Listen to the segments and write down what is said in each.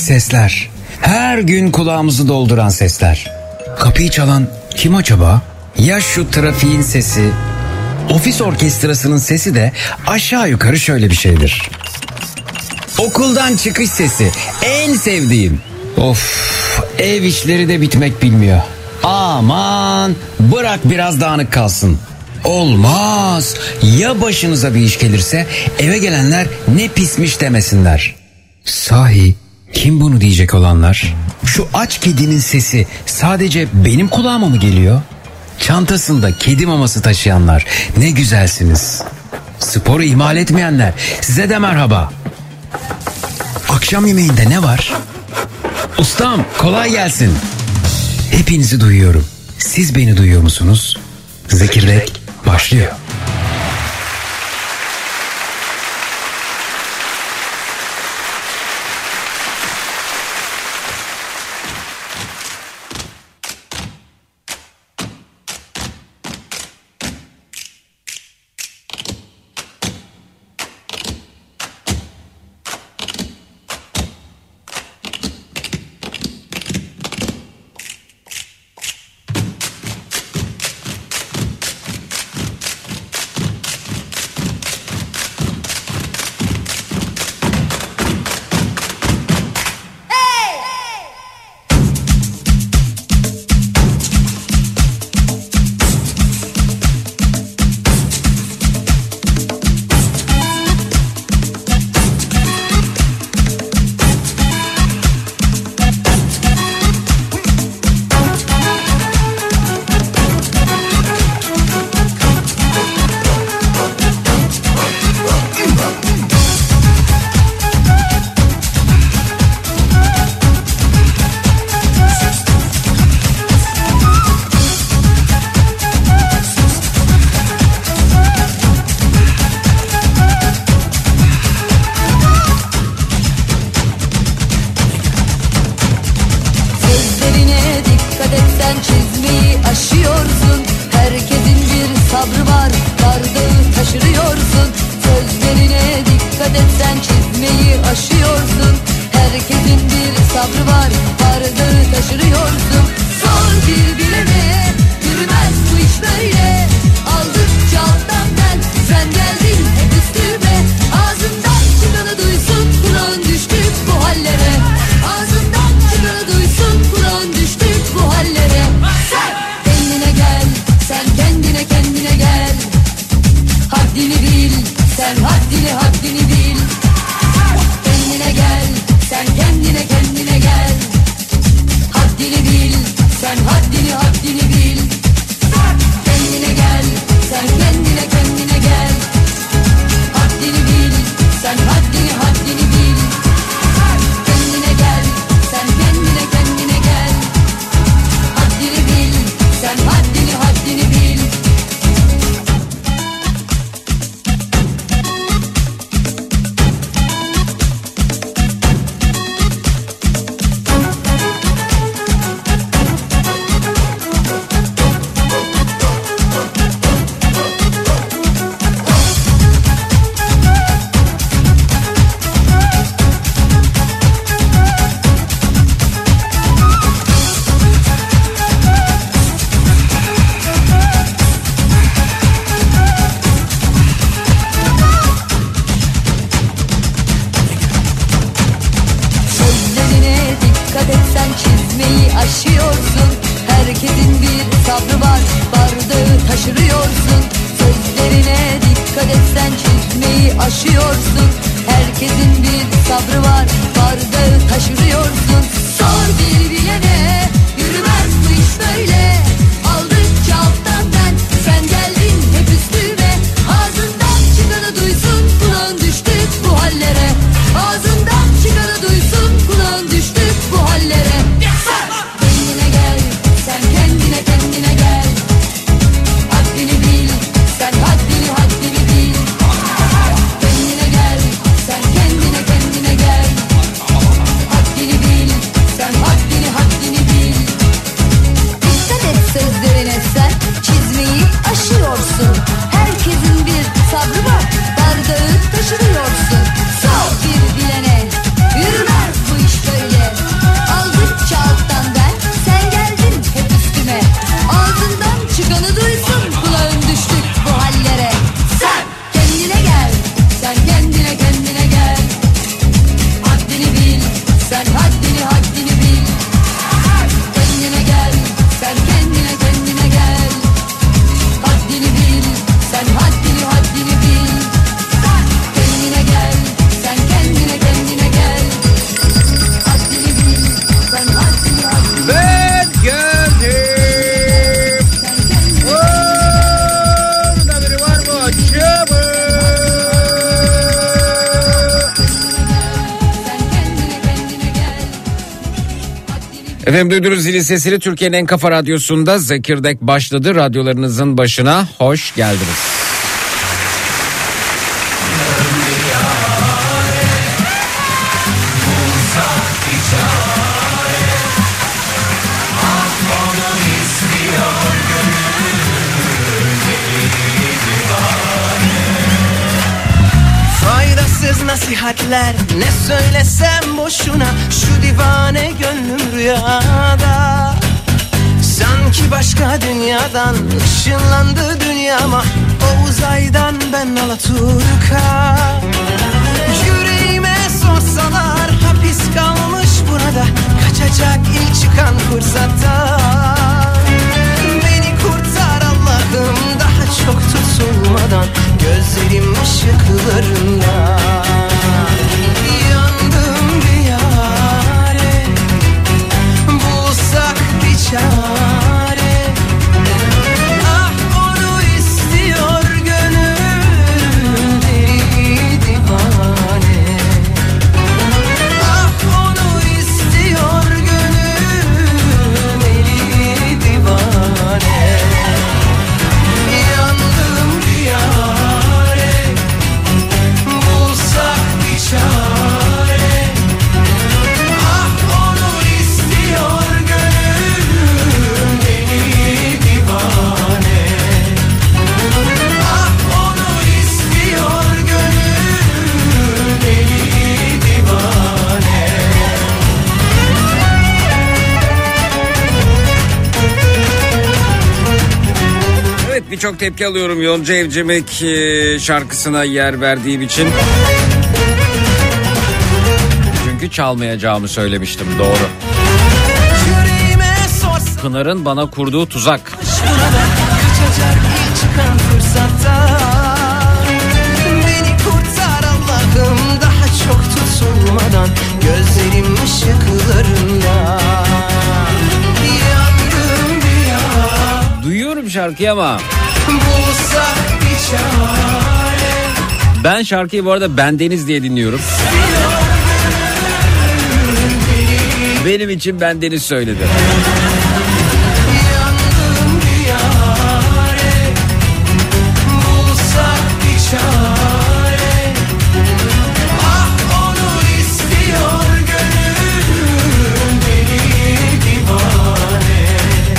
sesler. Her gün kulağımızı dolduran sesler. Kapıyı çalan kim acaba? Ya şu trafiğin sesi, ofis orkestrasının sesi de aşağı yukarı şöyle bir şeydir. Okuldan çıkış sesi, en sevdiğim. Of, ev işleri de bitmek bilmiyor. Aman, bırak biraz dağınık kalsın. Olmaz. Ya başınıza bir iş gelirse eve gelenler ne pismiş demesinler. Sahi kim bunu diyecek olanlar? Şu aç kedinin sesi sadece benim kulağıma mı geliyor? Çantasında kedi maması taşıyanlar ne güzelsiniz. Sporu ihmal etmeyenler size de merhaba. Akşam yemeğinde ne var? Ustam kolay gelsin. Hepinizi duyuyorum. Siz beni duyuyor musunuz? Zekirdek başlıyor. Kendine gel, haddini bil. Efendim duydunuz zilin sesini, Türkiye'nin en kafa radyosunda Zekirdek başladı. Radyolarınızın başına hoş geldiniz. Nasihatler ne söylesem boşuna, şu divane gönlüm rüyada. Sanki başka dünyadan ışınlandı dünyama, o uzaydan ben Alaturka. Yüreğime sorsalar hapis kalmış burada, kaçacak ilk çıkan fırsatta. Beni kurtar Allah'ım daha çok tutulmadan, gözlerim ışıklarında. Yandım bir yâre, bulsak bir çare. Ah onu istiyor gönül deli divane. Ah onu istiyor gönül deli divane. Yandım bir yâre, bulsak bir çare. Ah onu istiyor gönül deli divane. Ah onu istiyor gönül deli divane. Evet, birçok tepki alıyorum Yonca Evcimik şarkısına yer verdiğim için. Çünkü çalmayacağımı söylemiştim, doğru. Yüreğime sorsa Pınar'ın bana kurduğu tuzak. kaçacak ilk çıkan fırsatta. Beni kurtar Allah'ım daha çok tutulmadan, gözlerim ışıklarında. Yandım bir yâre, Duyuyorum şarkıyı ama bulsak bir çare. ben şarkıyı bu arada Bendeniz diye dinliyorum. Benim için Bendeniz söyledi. Yandım bir yâre, bulsak bir çare. Ah onu istiyor gönül deli divane.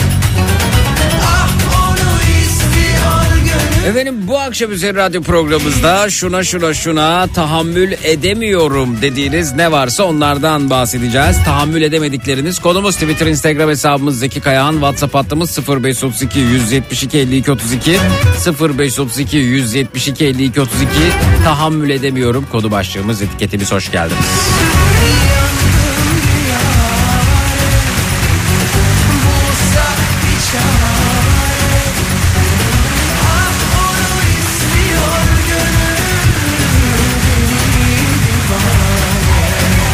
Ah onu istiyor gönül. Efendim bu akşam üzeri radyo programımızda şuna tahammül edemiyorum dediğiniz ne varsa onlardan bahsedeceğiz. Tahammül edemedikleriniz konumuz. Twitter, Instagram hesabımız Zeki Kayağan, WhatsApp hattımız 0532 172 52 32 0532 172 52 32. Tahammül edemiyorum konu başlığımız, etiketimiz. Hoş geldiniz. Bulsak bir çare. Ah onu istiyor gönül deli divane.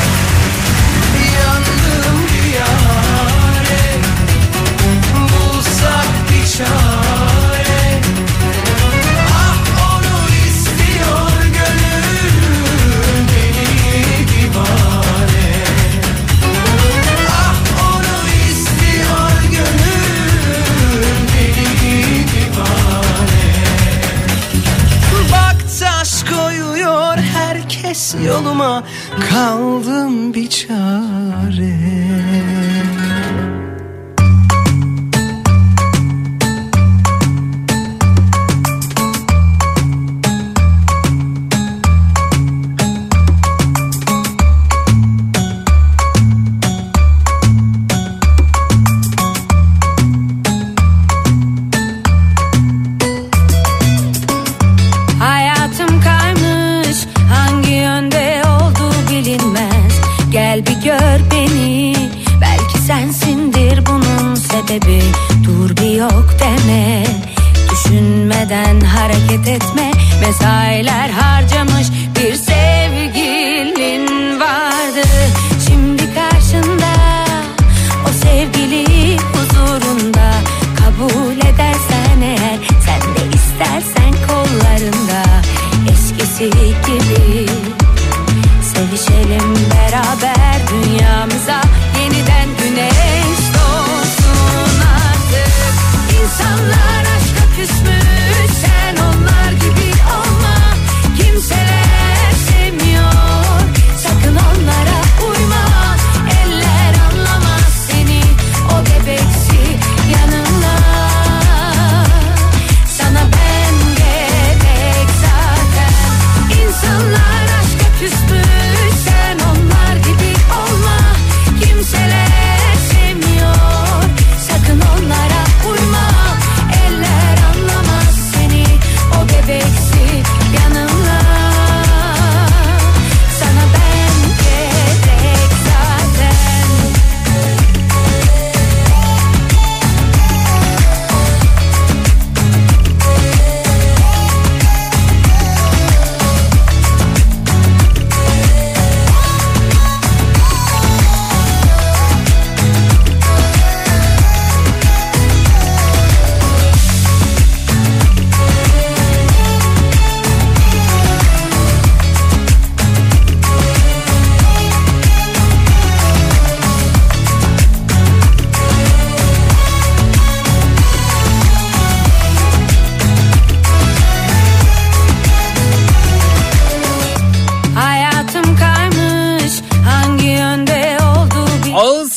Yandım bir yâre, bulsak bir çare. Ah onu istiyor gönül deli divane. Ah onu istiyor gönül deli divane. Bak taş koyuyor herkes yoluma, kaldım bir çare. Hayatım kaymış, hangi yönde olduğu bilinmez. Gel bir gör beni, belki sensindir bunun sebebi. Dur bir yok deme, düşünmeden hareket etme. Mesailer harcamış bir sevgilin vardı. Şimdi karşında o sevgili huzurunda. Kabul edersen eğer, sen de istersen kollarında. Eskisi gibi sevişelim beraber, dünyamıza yeniden güneş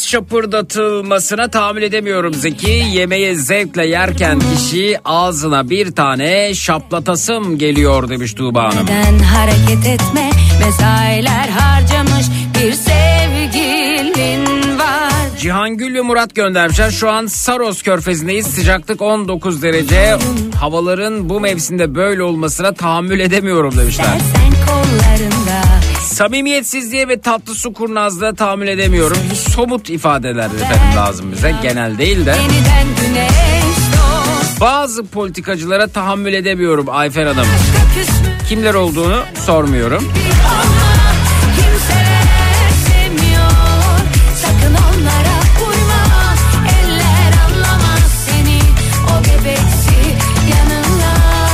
şapırdatılmasına tahammül edemiyorum Zeki. Yemeği zevkle yerken kişi ağzına bir tane şaplatasım geliyor demiş Tuğba Hanım. Neden hareket etme, mesailer harcamış bir sevgilin var. Cihangül ve Murat göndermişler. Şu an Saros Körfezi'ndeyiz. Sıcaklık 19 derece. Havaların bu mevsimde böyle olmasına tahammül edemiyorum demişler. Dersen kollarında. Samimiyetsizliğe ve tatlı su kurnazlığa tahammül edemiyorum. Somut ifadeler efendim lazım bize. Genel değil de. Yeniden güneş doğ. Bazı politikacılara tahammül edemiyorum Ayfer Hanım. Küsmüş Kimler olduğunu sormuyorum. ama kimseler sevmiyor. Sakın onlara uyma. Eller anlamaz seni. O bebeksi yanında.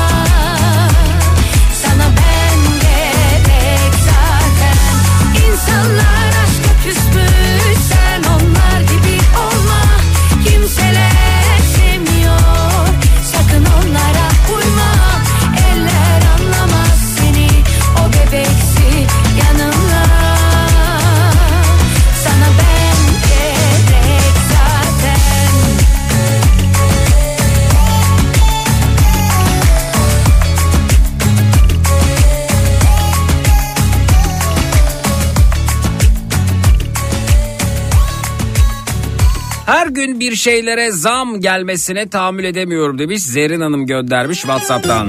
Sana ben gerek zaten. İnsanlar aşka küsmüş. Sen onlar gibi olma. Kimseler sevmiyor. Sakın onlara uyma. Eller anlamaz seni. O bebeksi yanında. Sana ben gerek zaten. Her gün bir şeylere zam gelmesine tahammül edemiyorum demiş. Zerrin Hanım göndermiş WhatsApp'tan.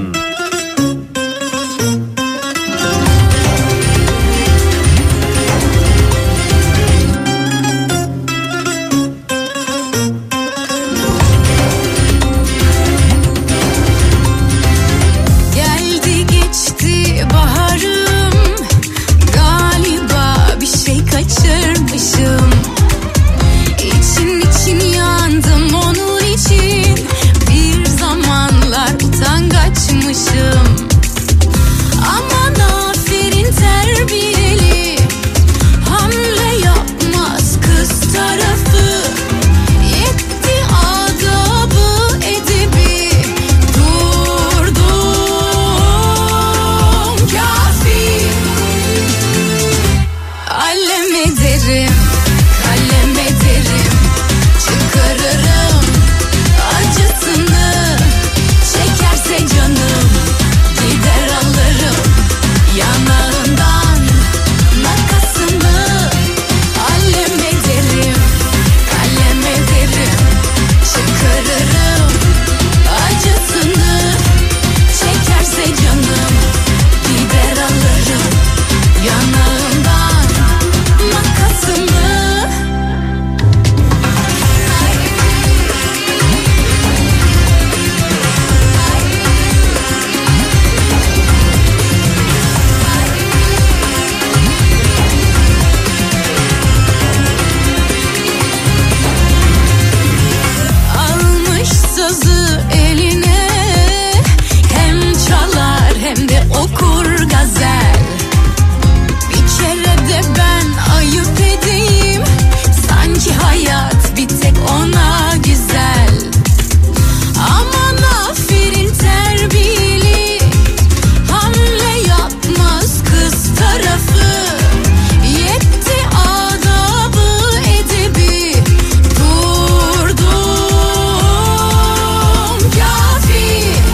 Geldi geçti baharım. Galiba bir şey kaçırmışım. İçin yandım onun için. Bir zamanlar utangaçmışım. Aman aferin terbiyeli. Hamle yapmaz kız tarafı. Yetti adabı edebi. Durdum kafi. Allem ederim, kallem ederim. Çıkarırım acısını. Çekerse canım gider alırım yanağından makasını. Allem ederim, kallem ederim. Çıkarırım acısını. Çekerse canım gider alırım yanağından makasını. Almış sazı eline. Hem çalar hem de okur gazel. Bir kere de ben ayıp edeyim. Sanki hayat bir tek ona güzel. Aman aferin terbiyeli. Hamle yapmaz kız tarafı. Yetti adabı edebi. Durdum kafi.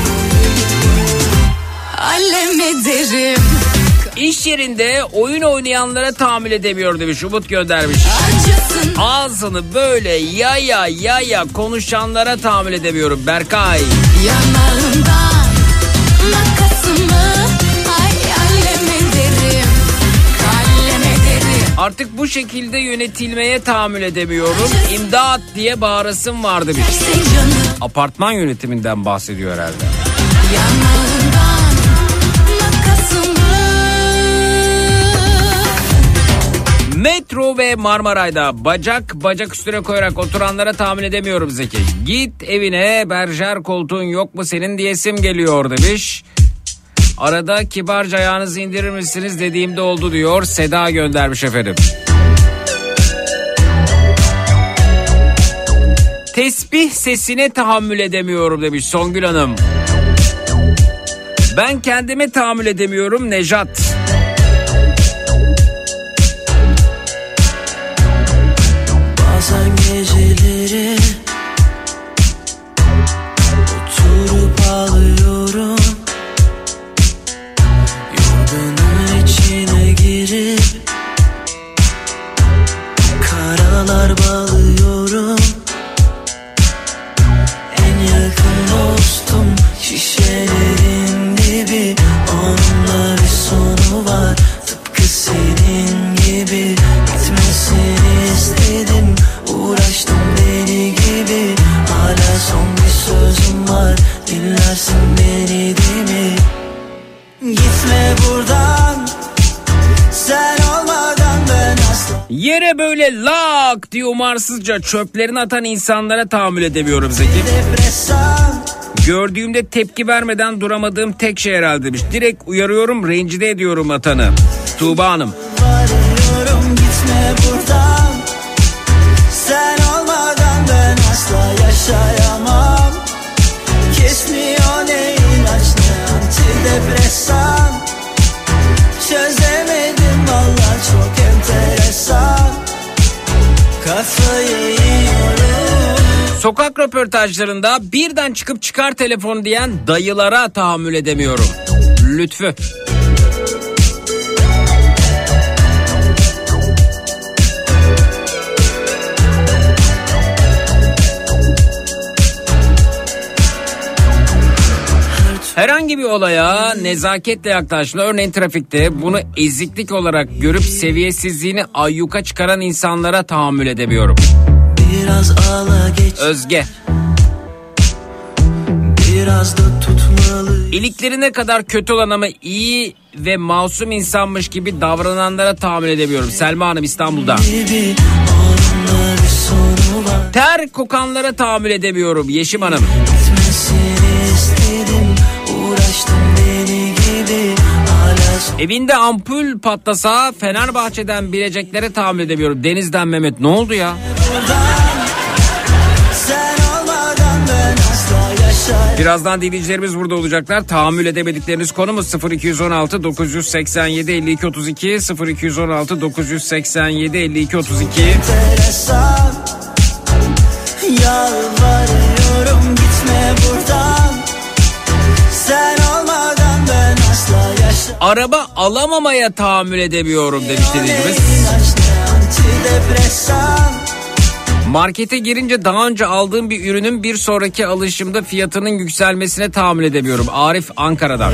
Allem ederim İş yerinde oyun oynayanlara tahammül edemiyor demiş. Umut göndermiş. acısın. Ağzını böyle yaya konuşanlara tahammül edemiyorum Berkay. Yanağından makasımı. Ay allem ederim, kallem ederim. Artık bu şekilde yönetilmeye tahammül edemiyorum. İmdat diye bağırasım var demiş. Çekse canım Apartman yönetiminden bahsediyor herhalde. yanağından makasımı. Metro ve Marmaray'da bacak üstüne koyarak oturanlara tahammül edemiyorum Zeki. Git evine, berjer koltuğun yok mu senin diyesim geliyor demiş. Arada kibarca ayağınızı indirir misiniz dediğimde oldu diyor. Seda göndermiş efendim. Tesbih sesine tahammül edemiyorum demiş Songül Hanım. Ben kendime tahammül edemiyorum Nejat. yaralar bağlıyorum. En yakın dostum şişelerin dibi, onunla bir sonu var tıpkı senin gibi. Gitmesini istedim, uğraştım deli gibi. Hala son bir sözüm var, dinlersin beni değil mi? Gitme buradan, sen olmadan ben asla. Yere böyle lak diye umarsızca çöplerini atan insanlara tahammül edemiyorum Zeki. Depresan, Gördüğümde tepki vermeden duramadığım tek şey herhalde demiş. Direkt uyarıyorum, rencide ediyorum atanı. Tuğba Hanım. varıyorum, gitme buradan. Sen olmadan ben asla yaşayamam. Kesmiyor ne ilaç ne antidepresan. Çözemedim valla, çok enteresan. Kafayı yiyorum. Sokak röportajlarında birden çıkıp çıkar telefonu diyen dayılara tahammül edemiyorum. Lütfü. Herhangi bir olaya nezaketle yaklaşma, örneğin trafikte, bunu eziklik olarak görüp seviyesizliğini ayyuka çıkaran insanlara tahammül edemiyorum. Biraz ağla geç, Özge. biraz da tutmalı. İliklerine kadar kötü olan ama iyi ve masum insanmış gibi davrananlara tahammül edemiyorum. Selma Hanım İstanbul'da. Gibi, onunla bir sonu var. Ter kokanlara tahammül edemiyorum. Yeşim Hanım. Gitmesini istedim, uğraştım deli gibi. Hala Evinde ampul patlasa Fenerbahçe'den bileceklere tahammül edemiyorum. Deniz'den Mehmet. Ne oldu ya? sen olmadan ben asla yaşayamam. Birazdan dinleyicilerimiz burada olacaklar. Tahammül edemedikleriniz konumuz 0216 987 52 32 0216 987 52 32. Enteresan, yalvarıyorum gitme buradan. Sen olmadan ben asla yaşayamam. Araba alamamaya tahammül edemiyorum demiş dinleyicimiz. İlaç ne antidepresan. Markete girince daha önce aldığım bir ürünün bir sonraki alışımda fiyatının yükselmesine tahammül edemiyorum. Arif Ankara'dan.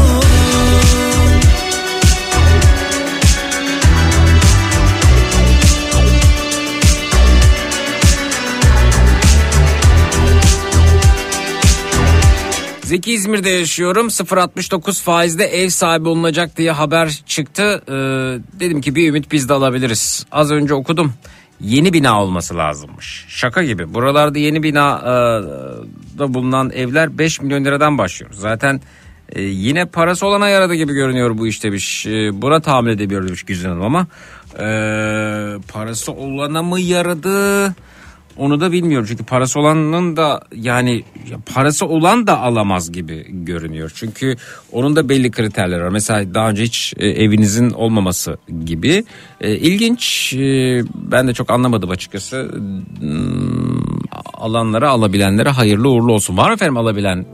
Zeki İzmir'de yaşıyorum. 0.69 faizde ev sahibi olunacak diye haber çıktı. Dedim ki bir ümit biz de alabiliriz. Az önce okudum. Yeni bina olması lazımmış. Şaka gibi. Buralarda yeni bina da bulunan evler 5 milyon liradan başlıyor. Zaten yine parası olana yaradı gibi görünüyor bu iş demiş. Buna tahammül edemiyor demiş Güzin Hanım ama parası olana mı yaradı? Onu da bilmiyorum çünkü parası olanın da yani parası olan da alamaz gibi görünüyor. Çünkü onun da belli kriterleri var. Mesela daha önce hiç evinizin olmaması gibi. İlginç, ben de çok anlamadım açıkçası. Alanlara, alabilenlere hayırlı uğurlu olsun. Var mı efendim alabilen?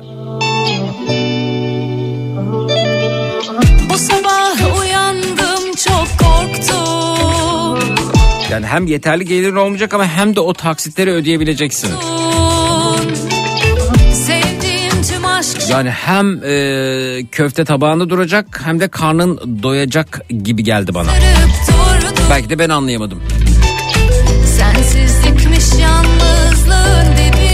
Bu sabah uyandım çok korktum. Yani hem yeterli gelirin olmayacak ama hem de o taksitleri ödeyebileceksin. Sevdiğim tüm aşk Yani hem köfte tabağında duracak hem de karnın doyacak gibi geldi bana. durdu. Belki de ben anlayamadım. Sensizlikmiş yalnızlığın dibi.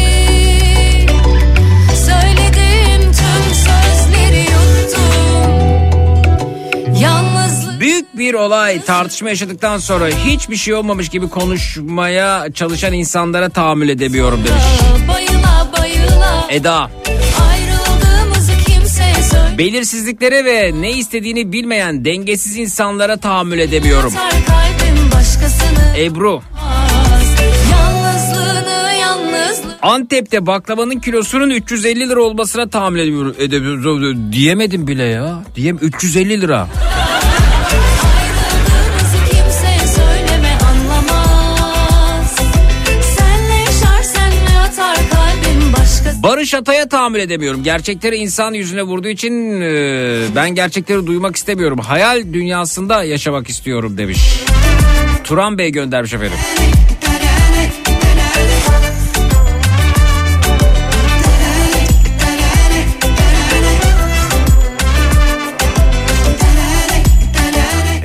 Söylediğim tüm sözleri yuttum. Yalnızlık. Büyük bir olay, tartışma yaşadıktan sonra hiçbir şey olmamış gibi konuşmaya çalışan insanlara tahammül edemiyorum demiş. Bayıla bayıla Eda. ayrıldığımızı kimseye söyle. Belirsizliklere ve ne istediğini bilmeyen dengesiz insanlara tahammül edemiyorum. Atar kalbim başkasını Ebru. Yalnızlığını Antep'te baklavanın kilosunun 350 lira olmasına tahammül edemiyorum. Diyemedim bile ya. 350 lira. Ayrıldığımızı kimseye söyleme anlamaz. Senle yaşar senle atar kalbim başka. Barış Atay'a tahammül edemiyorum. Gerçekleri insan yüzüne vurduğu için ben gerçekleri duymak istemiyorum. Hayal dünyasında yaşamak istiyorum demiş. Turan Bey göndermiş efendim.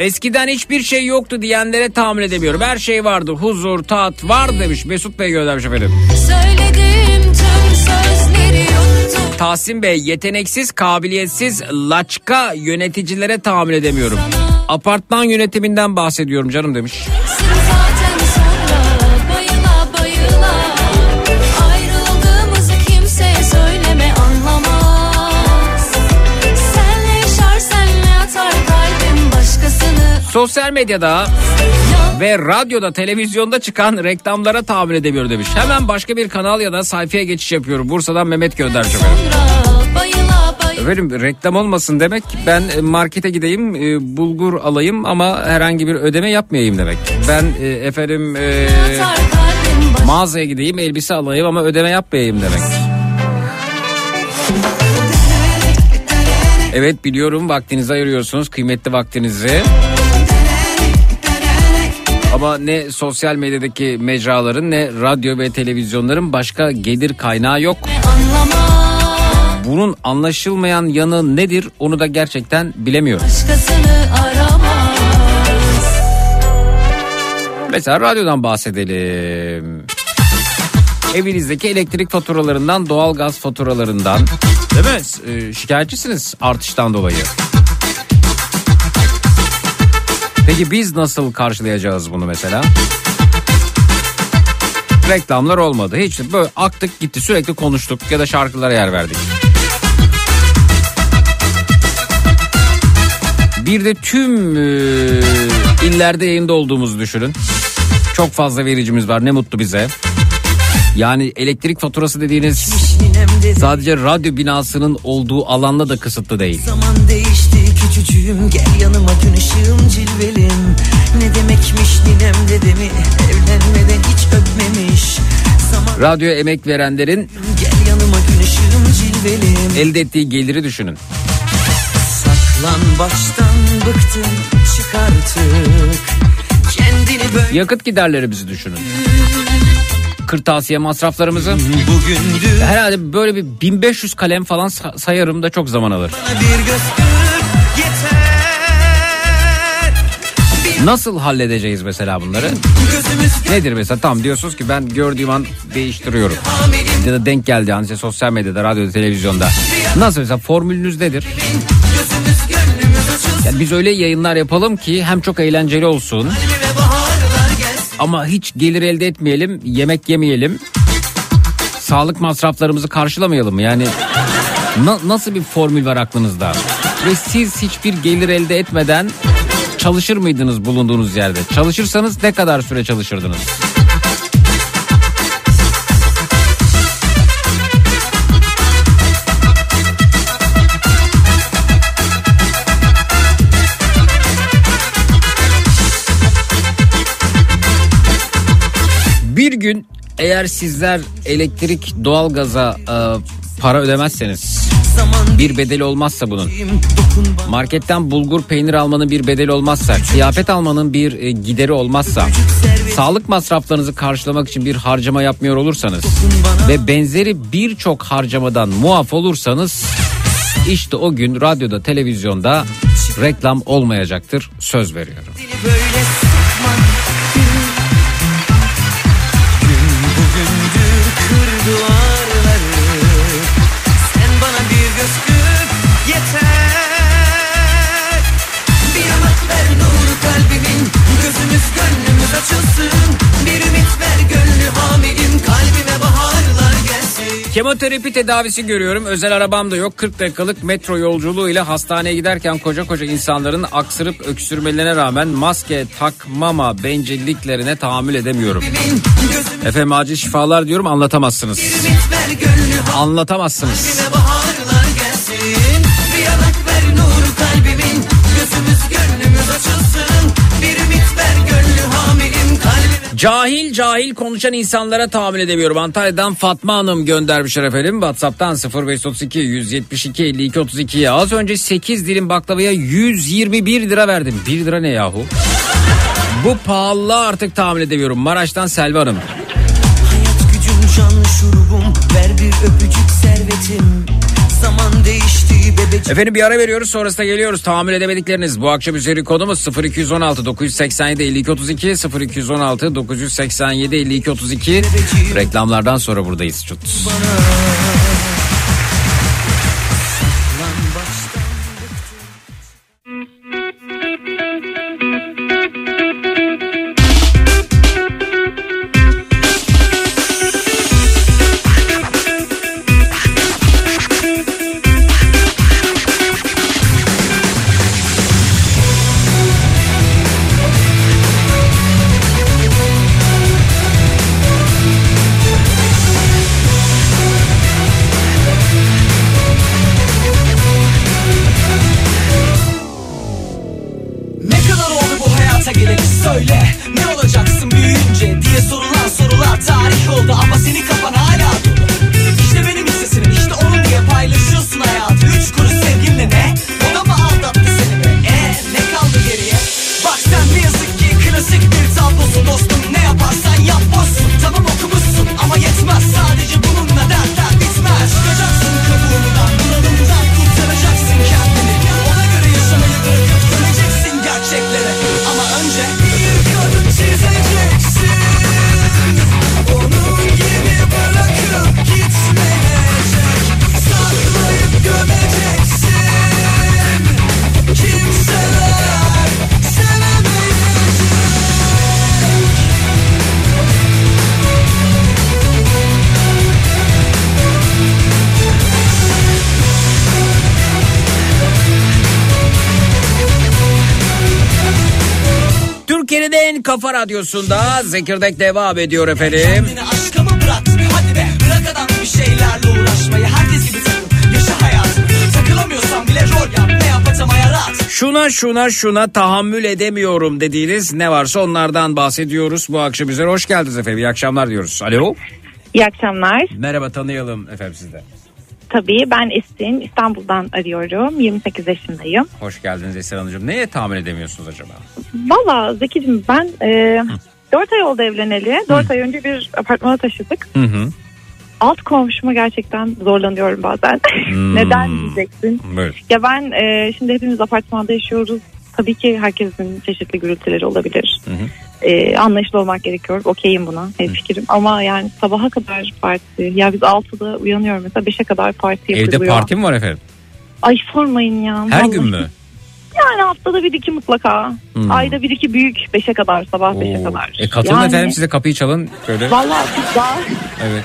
Eskiden hiçbir şey yoktu diyenlere tahammül edemiyorum. Her şey vardı. Huzur, tat vardı demiş. Mesut Bey göndermiş efendim. Söylediğim tüm sözleri yuttum. Tahsin Bey, yeteneksiz, kabiliyetsiz, laçka yöneticilere tahammül edemiyorum. Apartman yönetiminden bahsediyorum canım demiş. Zaten sonra bayıla bayıla ayrıldığımızı kimseye söyleme, anlamaz. Senle yaşar senle yatar kalbim başkasını. Sosyal medyada ve radyoda, televizyonda çıkan reklamlara tahammül edemiyorum demiş. Hemen başka bir kanal ya da sayfaya geçiş yapıyorum. Bursa'dan Mehmet göndermiş efendim. Bayıla bayıla. Efendim reklam olmasın demek, ben markete gideyim, bulgur alayım ama herhangi bir ödeme yapmayayım demek. Ben Yatar kalbim baş- mağazaya gideyim, elbise alayım ama ödeme yapmayayım demek. Evet, biliyorum, vaktinizi ayırıyorsunuz, kıymetli vaktinizi. Ama ne sosyal medyadaki mecraların ne radyo ve televizyonların başka gelir kaynağı yok. anlamaz. Bunun anlaşılmayan yanı nedir onu da gerçekten bilemiyorum. Başkasını aramaz. Mesela radyodan bahsedelim. Evinizdeki elektrik faturalarından, doğalgaz faturalarından, değil mi? Şikayetçisiniz artıştan dolayı. Peki biz nasıl karşılayacağız bunu mesela? Reklamlar olmadı. Hiç böyle aktık gitti, sürekli konuştuk ya da şarkılara yer verdik. Bir de tüm illerde yayında olduğumuzu düşünün. Çok fazla vericimiz var, ne mutlu bize. Yani elektrik faturası dediğiniz sadece radyo binasının olduğu alanda da kısıtlı değil. Zaman değişti küçücüğüm, gel yanıma gün ışığım cilvelim. Ne demekmiş ninem dedemi evlenmeden hiç öpmemiş. Zaman Radyoya emek verenlerin gel yanıma gün ışığım cilvelim. elde ettiği geliri düşünün. Saklan baştan bıktım, çık artık kendini böyle. Yakıt giderlerimizi düşünün. Kırtasiye masraflarımızı. Bugündü Herhalde böyle bir 1500 kalem falan sayarım da çok zaman alır. bana bir göz kır yeter. Nasıl halledeceğiz mesela bunları? Gözümüz Nedir mesela? Tam diyorsunuz ki ben gördüğüm an değiştiriyorum. Ya da denk geldi an işte sosyal medyada, radyoda, televizyonda. Nasıl mesela, formülünüz nedir? gözümüz gönlümüz açılsın. Yani biz öyle yayınlar yapalım ki hem çok eğlenceli olsun Ve baharlar gelsin. ama hiç gelir elde etmeyelim, yemek yemeyelim. Sağlık masraflarımızı karşılamayalım. Yani nasıl bir formül var aklınızda? Ve siz hiçbir gelir elde etmeden çalışır mıydınız bulunduğunuz yerde? Çalışırsanız ne kadar süre çalışırdınız? Bir gün eğer sizler elektrik, doğalgaza para ödemezseniz, bir bedeli olmazsa bunun, marketten bulgur, peynir almanın bir bedeli olmazsa, kıyafet almanın bir gideri olmazsa, sağlık masraflarınızı karşılamak için bir harcama yapmıyor olursanız ve benzeri birçok harcamadan muaf olursanız, işte o gün radyoda, televizyonda reklam olmayacaktır, söz veriyorum. Böyle sıkma. Gün bugündür kır duvarları. Sen bana bir göz kır yeter. Bir yanıt ver nuru kalbimin. Gözümüz gönlümüz açılsın. Bir ümit ver gönlü hamilim. Kalbime baharlar gelsin. Kemoterapi tedavisi görüyorum. Özel arabam da yok. 40 dakikalık metro yolculuğuyla hastaneye giderken koca insanların aksırıp öksürmelerine rağmen maske takmama bencilliklerine tahammül edemiyorum. Efendim acil şifalar diyorum, anlatamazsınız. Ümit ver gönlü Anlatamazsınız. hamiline baharlar gelsin. Bir yanıt ver nuru kalbimin. Gözümüz gönlümüz açılsın. Bir ümit ver gönlü hamilim kalbime. Cahil konuşan insanlara tahammül edemiyorum. Antalya'dan Fatma Hanım göndermişler efendim. WhatsApp'tan 0532 172 52 32'ye. Az önce 8 dilim baklavaya 121 lira verdim. 1 lira ne yahu? Bu pahalılığa artık tahammül edemiyorum. Maraş'tan Selva Hanım. Hayat gücüm can şurubum. Ver bir öpücük servetim. zaman değişti bebecik. Efendim bir ara veriyoruz, sonrasında geliyoruz. Tahammül edemedikleriniz. Bu akşam üzeri konumuz 0216 987 52 32 0216 987 52 32. Reklamlardan sonra buradayız. Çut. Türkiye'nin Kafa Radyosu'nda Zekirdek devam ediyor efendim. Aşkımı bırak, hadi be, bırak adam bir şeylerle uğraşmayı. Herkes gibi takıl, yaşa hayatını. Takılamıyorsan bile rol yap, ne yapacağım hayat. Şuna tahammül edemiyorum dediğiniz ne varsa onlardan bahsediyoruz. Bu akşam üzere hoş geldiniz efendim. İyi akşamlar diyoruz. Alo. İyi akşamlar. Merhaba, tanıyalım efendim sizde. Tabii ben Esin, İstanbul'dan arıyorum. 28 yaşındayım. Hoş geldiniz Esin Hanımcığım. Neye tahammül edemiyorsunuz acaba? Valla Zeki'cim ben 4 ay oldu evleneli. 4 ay önce bir apartmana taşıdık. Hı. Alt komşuma gerçekten zorlanıyorum bazen. Neden diyeceksin? Buyur. Ya ben şimdi hepimiz apartmanda yaşıyoruz. Tabii ki herkesin çeşitli gürültüleri olabilir. Anlayışlı olmak gerekiyor. Okeyim buna. Fikrim. Ama yani sabaha kadar parti. Ya biz 6'da uyanıyorum mesela 5'e kadar parti yapılıyor. Evde parti mi var efendim? Ay sormayın ya. Her vallahi. gün mü? Yani haftada 1-2 mutlaka. Ayda 1-2 büyük 5'e kadar, sabah 5'e kadar. Katılın yani, efendim, size kapıyı çalın. Böyle. Vallahi biz daha. Evet.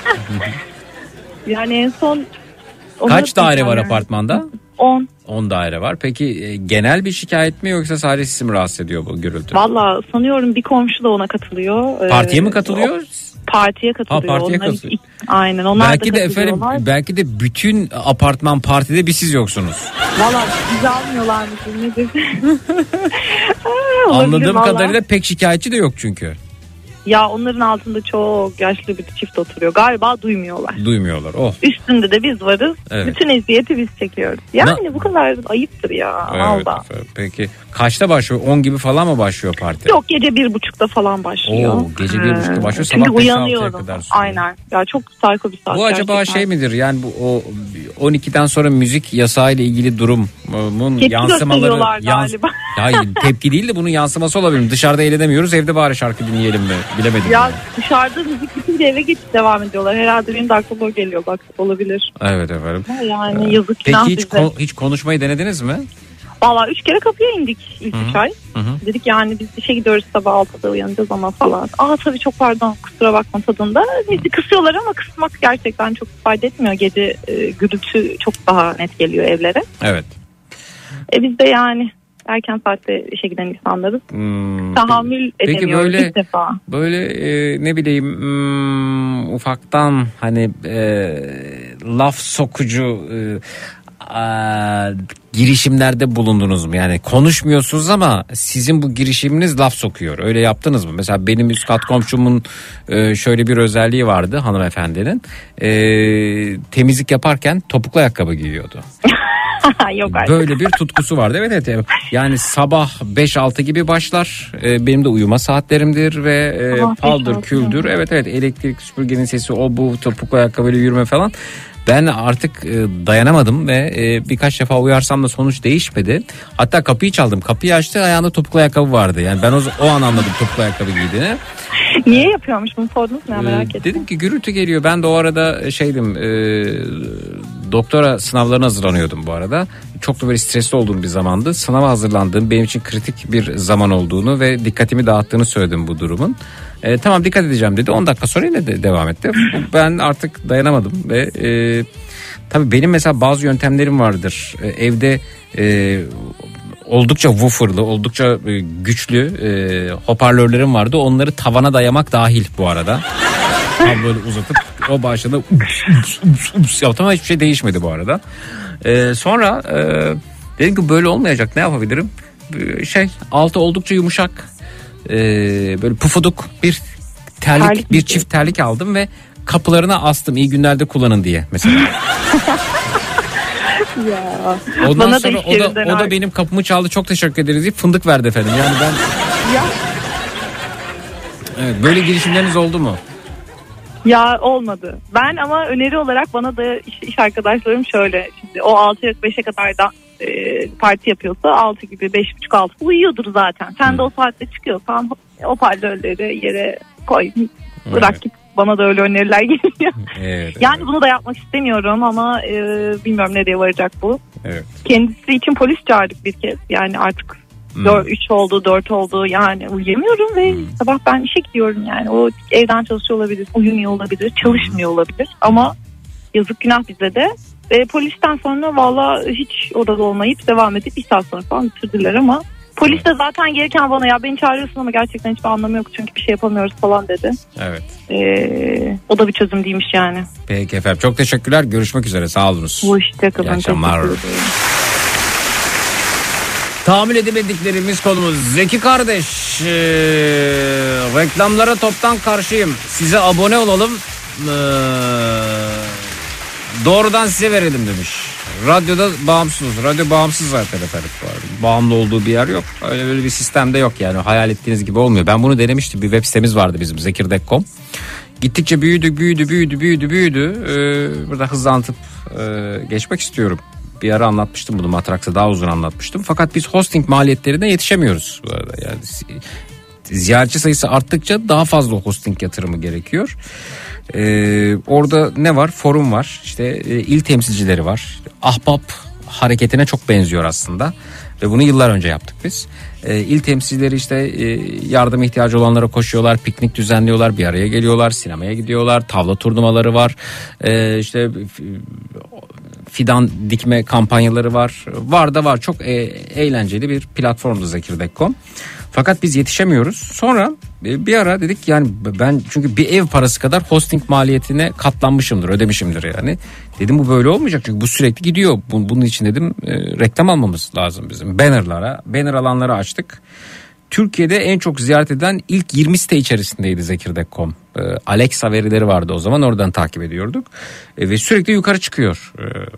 Yani en son. Kaç daire var apartmanda? 10. 10 daire var. Peki genel bir şikayet mi yoksa sadece sizi mi rahatsız ediyor bu gürültü? Vallahi sanıyorum bir komşu da ona katılıyor. Partiye mi katılıyor? Partiye katılıyor. Partiye katılıyor. Aynen, onlar belki da de efendim, belki de bütün apartman partide bir siz yoksunuz. Vallahi bizi almıyorlarmış. Nedir? Anladığım kadarıyla pek şikayetçi de yok çünkü. Ya onların altında çok yaşlı bir çift oturuyor. Galiba duymuyorlar. Duymuyorlar. Oh. Üstünde de biz varız. Evet. Bütün eziyeti biz çekiyoruz. Yani bu kadar ayıptır ya. Evet, peki kaçta başlıyor? 10 gibi falan mı başlıyor parti? Yok, gece 1.30'da falan başlıyor. Oo, gece 1.30'da başlıyor. Çünkü sabah uyanıyorum. Kadar aynen. Ya çok psycho bir saat. Bu acaba gerçekten. şey midir? Yani bu o 12'den sonra müzik yasağı ile ilgili durumun yansımaları galiba. Hayır, tepki değil de bunun yansıması olabilir. Dışarıda eğlenemiyoruz, evde bari şarkı dinleyelim mi? Bilemedim. Ya dışarıda müzik bitince eve geçip devam ediyorlar. Herhalde benim de aklıma geliyor, bak olabilir. Evet efendim. Yani yazık. Peki hiç konuşmayı denediniz mi? Valla 3 kere kapıya indik ilk 3 ay. Dedik yani biz işe gidiyoruz, sabah 6'da uyanacağız ama falan. Tabii çok pardon, kusura bakma tadında. Bizi kısıyorlar ama kısmak gerçekten çok fayda etmiyor. Gece gürültü çok daha net geliyor evlere. Evet. Biz de yani erken saatte işe giden insanlarız. Tahammül edemiyoruz ilk defa. Böyle ne bileyim ufaktan hani laf sokucu girişimlerde bulundunuz mu? Yani konuşmuyorsunuz ama sizin bu girişiminiz laf sokuyor. Öyle yaptınız mı? Mesela benim üst kat komşumun şöyle bir özelliği vardı hanımefendinin. Temizlik yaparken topuklu ayakkabı giyiyordu. Yok artık. Böyle bir tutkusu vardı. Evet. Yani sabah 5-6 gibi başlar. Benim de uyuma saatlerimdir ve paldır küldür. Evet elektrik süpürgenin sesi, o bu topuklu ayakkabıyla yürüme falan. Ben artık dayanamadım ve birkaç defa uyarsam da sonuç değişmedi. Hatta kapıyı çaldım. Kapıyı açtı, ayağında topuklu ayakkabı vardı. Yani ben o an anladım topuklu ayakkabı giydiğini. Niye yapıyormuş bunu sordunuz mu? Merak ettim. Dedim ki gürültü geliyor. Ben de o arada doktora sınavlarına hazırlanıyordum bu arada. Çok da böyle stresli olduğum bir zamandı. Sınava hazırlandığım, benim için kritik bir zaman olduğunu ve dikkatimi dağıttığını söyledim bu durumun. Tamam, dikkat edeceğim dedi. 10 dakika sonra yine de devam etti. Ben artık dayanamadım ve tabii benim mesela bazı yöntemlerim vardır. Evde oldukça woofer'lı, oldukça güçlü hoparlörlerim vardı. Onları tavana dayamak dahil bu arada. Tam böyle uzatıp o başladı yaptım ama hiçbir şey değişmedi bu arada. Sonra dedim ki böyle olmayacak, ne yapabilirim? Altı oldukça yumuşak, böyle pufuduk bir terlik, bir çift terlik aldım ve kapılarına astım, iyi günlerde kullanın diye mesela. Ya. Ondan bana sonra o da benim kapımı çaldı, çok teşekkür ederiz deyip fındık verdi efendim. Yani ben ya. Evet, böyle girişimleriniz oldu mu? Ya olmadı. Ben ama öneri olarak bana da iş arkadaşlarım şöyle, şimdi o 6-5'e kadar da parti yapıyorsa 6 gibi 5.30-6 uyuyordur zaten. Sen de o saatte çıkıyorsan hoparlörleri yere koy, bırak git. Bana da öyle öneriler geliyor. Evet, yani evet. Bunu da yapmak istemiyorum ama bilmiyorum nereye varacak bu. Evet. Kendisi için polis çağırdık bir kez. Yani artık 3 oldu, 4 oldu, yani uyuyamıyorum ve sabah ben işe gidiyorum yani. O evden çalışıyor olabilir, uyumuyor olabilir, çalışmıyor olabilir ama yazık, günah bize de. Polisten sonra valla hiç orada olmayıp devam edip bir saat sonra falan bitirdiler ama polis de zaten gereken bana, ya beni çağırıyorsun ama gerçekten hiçbir anlamı yok çünkü bir şey yapamıyoruz falan dedi. Evet. O da bir çözüm değilmiş yani. Peki efendim, çok teşekkürler, görüşmek üzere, sağ olunuz. Hoşçakalın. İyi akşamlar. Tahammül edemediklerimiz konumuz. Zeki kardeş, reklamlara toptan karşıyım. Size abone olalım, doğrudan size verelim demiş. Radyoda bağımsız. Radyo bağımsız zaten efendim. Bağımlı olduğu bir yer yok. Öyle böyle bir sistemde yok yani. Hayal ettiğiniz gibi olmuyor. Ben bunu denemiştim. Bir web sitemiz vardı bizim, Zekirdek.com. Gittikçe büyüdü. Burada hızlantıp geçmek istiyorum. Bir ara anlatmıştım bunu, Matraks'a daha uzun anlatmıştım. Fakat biz hosting maliyetlerine yetişemiyoruz bu arada. Yani ziyaretçi sayısı arttıkça daha fazla hosting yatırımı gerekiyor. Orada ne var? Forum var. İşte il temsilcileri var. Ahbap hareketine çok benziyor aslında. Ve bunu yıllar önce yaptık biz. İl temsilcileri işte yardım ihtiyacı olanlara koşuyorlar, piknik düzenliyorlar, bir araya geliyorlar, sinemaya gidiyorlar, tavla turnuvaları var. İşte fidan dikme kampanyaları var. Var çok eğlenceli bir platformdu Zekirdek.com. Fakat biz yetişemiyoruz. Sonra bir ara dedik yani ben çünkü bir ev parası kadar hosting maliyetine katlanmışımdır, ödemişimdir yani. Dedim bu böyle olmayacak çünkü bu sürekli gidiyor. Bunun için dedim reklam almamız lazım bizim. Banner alanları açtık. Türkiye'de en çok ziyaret edilen ilk 20 site içerisindeydi Zekirdek.com. Alexa verileri vardı o zaman, oradan takip ediyorduk. Ve sürekli yukarı çıkıyor.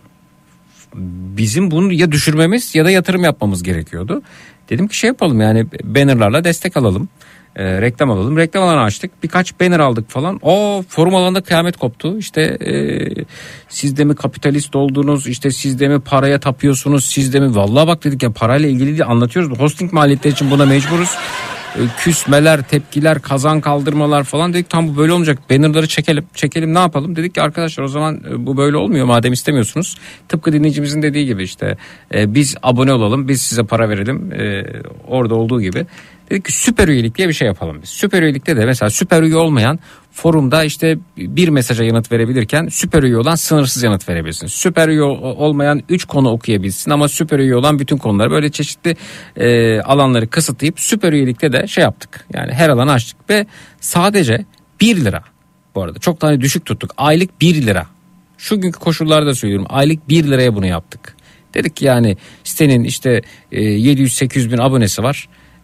Bizim bunu ya düşürmemiz ya da yatırım yapmamız gerekiyordu. Dedim ki yapalım yani, bannerlarla destek alalım. Reklam alalım. Reklam alanı açtık. Birkaç banner aldık falan. Forum alanında kıyamet koptu. İşte siz de mi kapitalist oldunuz? İşte siz de mi paraya tapıyorsunuz? Siz de mi? Vallahi bak dedik ya, parayla ilgili diye anlatıyoruz. Hosting maliyetleri için buna mecburuz. Küsmeler, tepkiler, kazan kaldırmalar falan dedik. Tam bu böyle olmayacak. Bannerları çekelim ne yapalım? Dedik ki arkadaşlar o zaman bu böyle olmuyor madem istemiyorsunuz. Tıpkı dinleyicimizin dediği gibi işte biz abone olalım, biz size para verelim. Orada olduğu gibi. Dedik ki süper üyelik diye bir şey yapalım biz. Süper üyelikte de mesela süper üye olmayan forumda işte bir mesaja yanıt verebilirken süper üye olan sınırsız yanıt verebilsin. Süper üye olmayan 3 konu okuyabilsin ama süper üye olan bütün konuları, böyle çeşitli alanları kısıtlayıp süper üyelikte de yaptık. Yani her alanı açtık ve sadece 1 lira, bu arada çok tane düşük tuttuk, aylık 1 lira. Şu günkü koşullarda söylüyorum, aylık 1 liraya bunu yaptık. Dedik ki yani sitenin işte 700-800 bin abonesi var.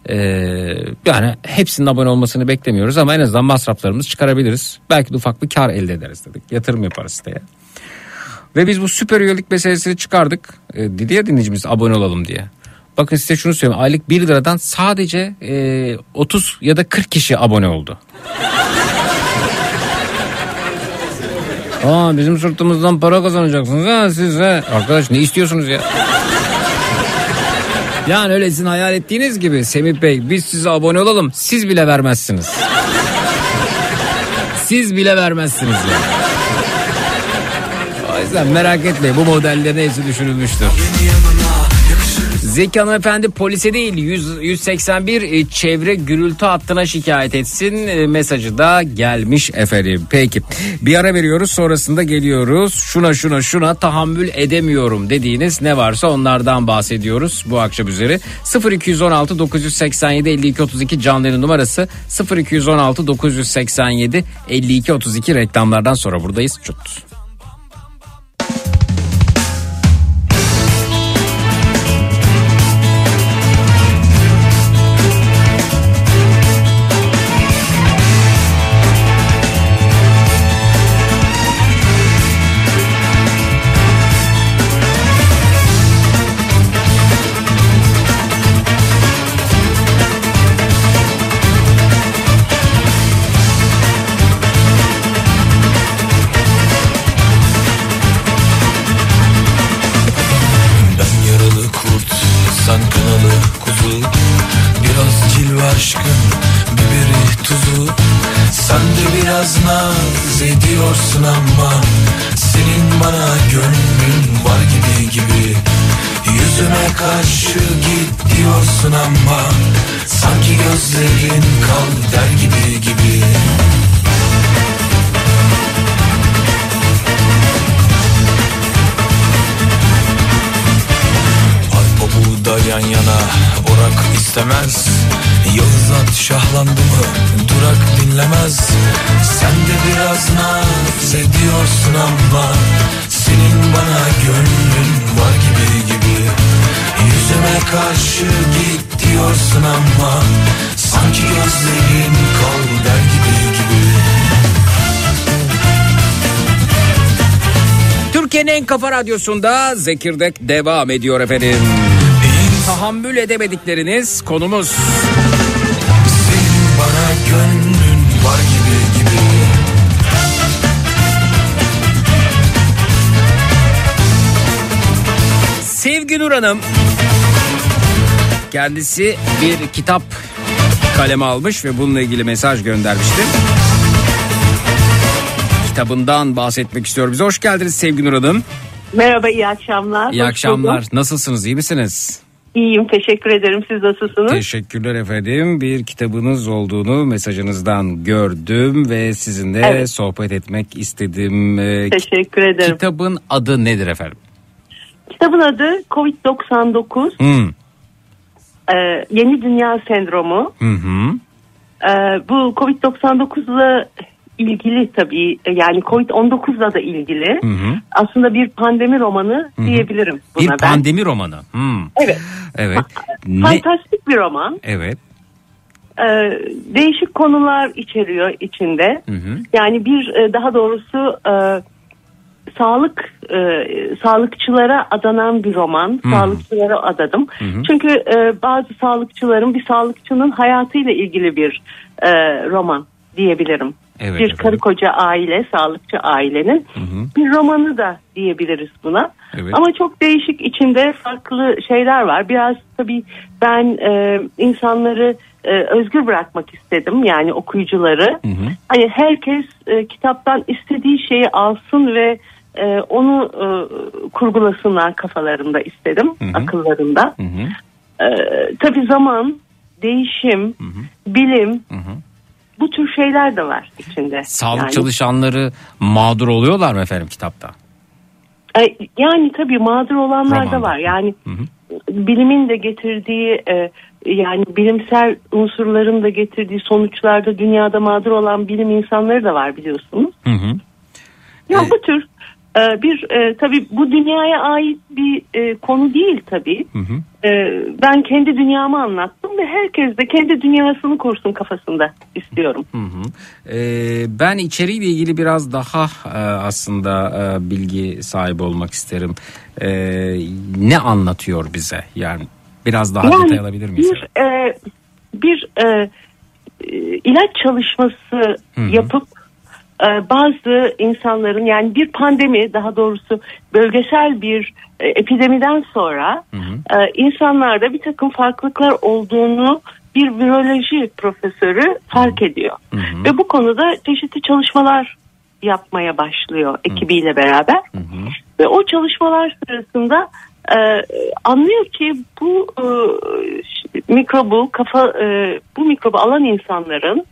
Yani hepsinin abone olmasını beklemiyoruz ama en azından masraflarımızı çıkarabiliriz. Belki de ufak bir kar elde ederiz dedik. Yatırım yaparız siteye. Ve biz bu süper üyelik meselesini çıkardık. Dedi ya dinleyicimiz abone olalım diye. Bakın size şunu söyleyeyim. Aylık 1 liradan sadece 30 ya da 40 kişi abone oldu. Bizim sırtımızdan para kazanacaksınız ha siz ha. Arkadaş ne istiyorsunuz ya? Yani öyle sizin hayal ettiğiniz gibi Semih Bey, biz size abone olalım, siz bile vermezsiniz. Siz bile vermezsiniz ya. O yüzden merak etmeyin, bu modelde neyse düşünülmüştür. Zeki hanımefendi polise değil 181 çevre gürültü hattına şikayet etsin mesajı da gelmiş efendim. Peki bir ara veriyoruz, sonrasında geliyoruz. Şuna tahammül edemiyorum dediğiniz ne varsa onlardan bahsediyoruz bu akşam üzeri. 0216 987 52 32 canlı yayın numarası 0216 987 52 32 reklamlardan sonra buradayız. Çut. Ediyorsun ama senin bana gönlün var gibi yüzüme karşı git diyorsun ama sanki gözlerin kal der gibi. Arpa buğday yan yana orak istemez. Yağız at şahlandı mı durak dinlemez. Sen de biraz naz ediyorsun ama senin bana gönlün var gibi yüzüme karşı git diyorsun ama sanki gözlerin kal der gibi. Türkiye'nin en kafa radyosunda Zekirdek devam ediyor efendim. Tahammül edemedikleriniz konumuz. Senin bana gönlün var gibi. Sevgi Nur Hanım kendisi bir kitap kaleme almış ve bununla ilgili mesaj göndermişti. Kitabından bahsetmek istiyor bize. Hoş geldiniz Sevgi Nur Hanım. Merhaba, iyi akşamlar. İyi akşamlar. Nasılsınız? İyi misiniz? İyiyim, teşekkür ederim. Siz nasılsınız? Teşekkürler efendim. Bir kitabınız olduğunu mesajınızdan gördüm ve sizinle sohbet etmek istedim. Teşekkür ederim. Kitabın adı nedir efendim? Kitabın adı Covid-19. Yeni Dünya Sendromu. Bu Covid-19'la ilgili tabii, yani Covid-19'la da ilgili. Aslında bir pandemi romanı diyebilirim buna. Bir pandemi romanı. Evet. Evet. Fantastik bir roman. Evet. Değişik konular içeriyor içinde. Yani daha doğrusu sağlıkçılara adanan bir roman. Sağlıkçılara adadım. Çünkü bazı sağlıkçıların, bir sağlıkçının hayatıyla ilgili bir roman diyebilirim. Evet, bir karı koca aile, sağlıkçı ailenin bir romanı da diyebiliriz buna. Evet. Ama çok değişik, içinde farklı şeyler var. Biraz tabii ben insanları özgür bırakmak istedim, yani okuyucuları. Hani herkes kitaptan istediği şeyi alsın ve onu kurgulasınlar kafalarında istedim, akıllarında. Tabii zaman, değişim, bilim, bu tür şeyler de var içinde. Sağlık çalışanları mağdur oluyorlar mı efendim kitapta? Yani tabii mağdur olanlar da var. Yani bilimin de getirdiği, yani bilimsel unsurların da getirdiği sonuçlarda dünyada mağdur olan bilim insanları da var, biliyorsunuz. Ya bu tür tabii bu dünyaya ait bir konu değil tabii. Ben kendi dünyamı anlattım ve herkes de kendi dünyasını kursun kafasında istiyorum. Ben içeriğiyle ilgili biraz daha aslında bilgi sahibi olmak isterim. Ne anlatıyor bize? Yani biraz daha detay alabilir miyiz? Bir ilaç çalışması yapıp bazı insanların, yani bir pandemi, daha doğrusu bölgesel bir epidemiden sonra insanlarda bir takım farklılıklar olduğunu bir viroloji profesörü fark ediyor. Ve bu konuda çeşitli çalışmalar yapmaya başlıyor ekibiyle beraber. Ve o çalışmalar sırasında anlıyor ki bu mikrobu alan insanların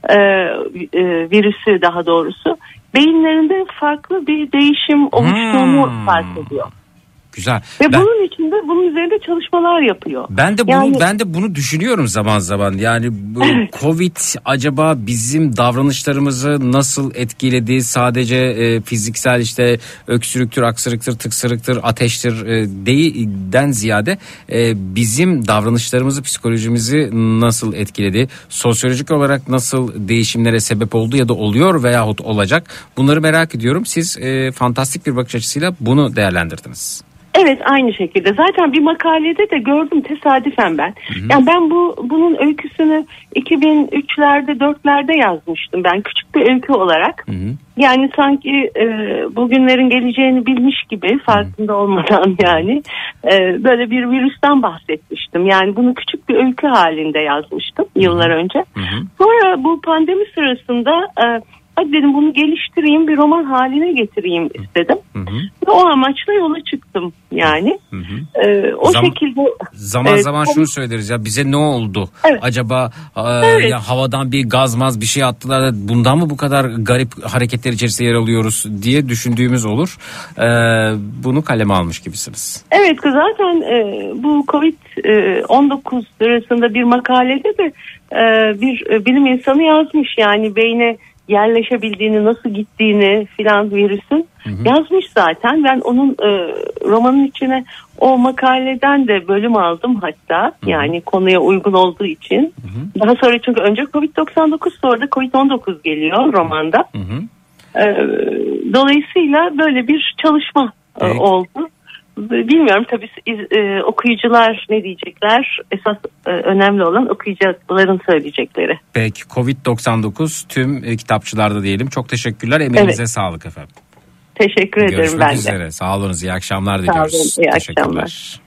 virüsü, daha doğrusu beyinlerinde farklı bir değişim oluştuğunu fark ediyor. Güzel. Ve bunun içinde bunun üzerinde çalışmalar yapıyor. Ben de bunu düşünüyorum zaman zaman. Yani bu Covid acaba bizim davranışlarımızı nasıl etkiledi? Sadece fiziksel işte öksürüktür, aksırıktır, tıksırıktır, ateştir den ziyade bizim davranışlarımızı, psikolojimizi nasıl etkiledi? Sosyolojik olarak nasıl değişimlere sebep oldu ya da oluyor veyahut olacak? Bunları merak ediyorum. Siz fantastik bir bakış açısıyla bunu değerlendirdiniz. Evet, aynı şekilde. Zaten bir makalede de gördüm tesadüfen ben. Yani ben bunun öyküsünü 2003'lerde 4'lerde yazmıştım ben, küçük bir öykü olarak. Yani sanki bugünlerin geleceğini bilmiş gibi, farkında olmadan yani böyle bir virüsten bahsetmiştim. Yani bunu küçük bir öykü halinde yazmıştım yıllar önce. Sonra bu pandemi sırasında hadi dedim bunu geliştireyim, bir roman haline getireyim istedim. Ve o amaçla yola çıktım yani. Şekilde. Zaman şunu söyleriz ya, bize ne oldu? Evet. Acaba ya havadan bir gazmaz bir şey attılar da bundan mı bu kadar garip hareketler içerisinde yer alıyoruz diye düşündüğümüz olur. Bunu kaleme almış gibisiniz. Evet, zaten bu Covid-19 sırasında bir makalede de bir bilim insanı yazmış, yani beyne yerleşebildiğini, nasıl gittiğini filan virüsün yazmış zaten. Ben onun romanın içine o makaleden de bölüm aldım hatta. Yani konuya uygun olduğu için. Daha sonra, çünkü önce Covid-19, sonra da Covid-19 geliyor romanda. Dolayısıyla böyle bir çalışma oldu. Bilmiyorum tabii okuyucular ne diyecekler. Esas önemli olan okuyucuların söyleyecekleri. Peki, Covid-19 tüm kitapçılarda diyelim. Çok teşekkürler. Emeğinize sağlık efendim. Teşekkür ederim ben de. Görüşmek üzere. Sağ olunuz. İyi akşamlar diliyoruz. Sağ olun, iyi akşamlar.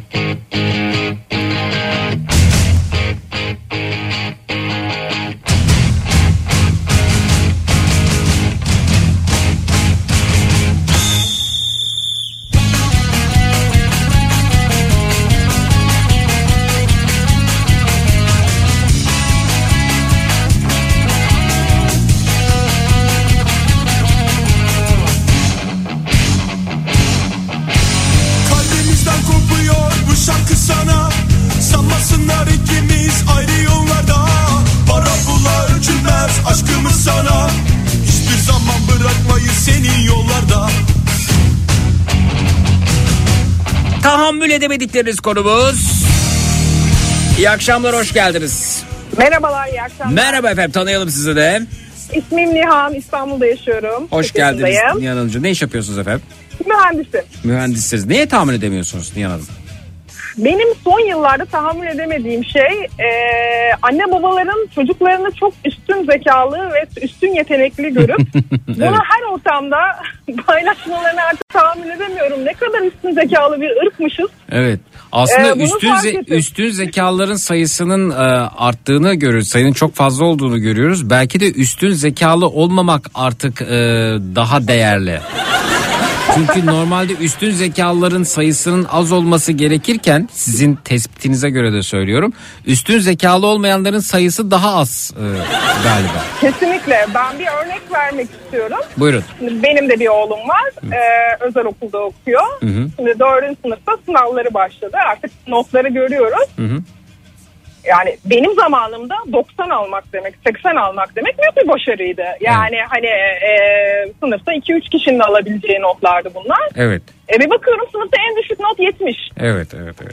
Tahammül edemedikleriniz konumuz. İyi akşamlar, hoş geldiniz. Merhabalar, iyi akşamlar. Merhaba efendim, tanıyalım sizi de. İsmim Nihan, İstanbul'da yaşıyorum. Hoş geldiniz Nihan Hanımcığım. Ne iş yapıyorsunuz efendim? Mühendisim. Mühendissiniz. Neye tahammül edemiyorsunuz Nihan Hanım? Benim son yıllarda tahammül edemediğim şey anne babaların çocuklarını çok üstün zekalı ve üstün yetenekli görüp bunu her ortamda paylaşmalarını artık tahammül edemiyorum. Ne kadar üstün zekalı bir ırkmışız. Evet. Aslında üstün zekaların sayısının arttığını görüyoruz. Sayının çok fazla olduğunu görüyoruz. Belki de üstün zekalı olmamak artık daha değerli. Çünkü normalde üstün zekalıların sayısının az olması gerekirken, sizin tespitinize göre de söylüyorum, üstün zekalı olmayanların sayısı daha az galiba. Kesinlikle. Ben bir örnek vermek istiyorum. Buyurun. Benim de bir oğlum var. Özel okulda okuyor. Şimdi 4. sınıfta sınavları başladı. Artık notları görüyoruz. Yani benim zamanımda 90 almak demek, 80 almak demek büyük bir başarıydı. Yani hani sınıfta 2-3 kişinin alabileceği notlardı bunlar. Evet. Bir bakıyorum sınıfta en düşük not 70. Evet.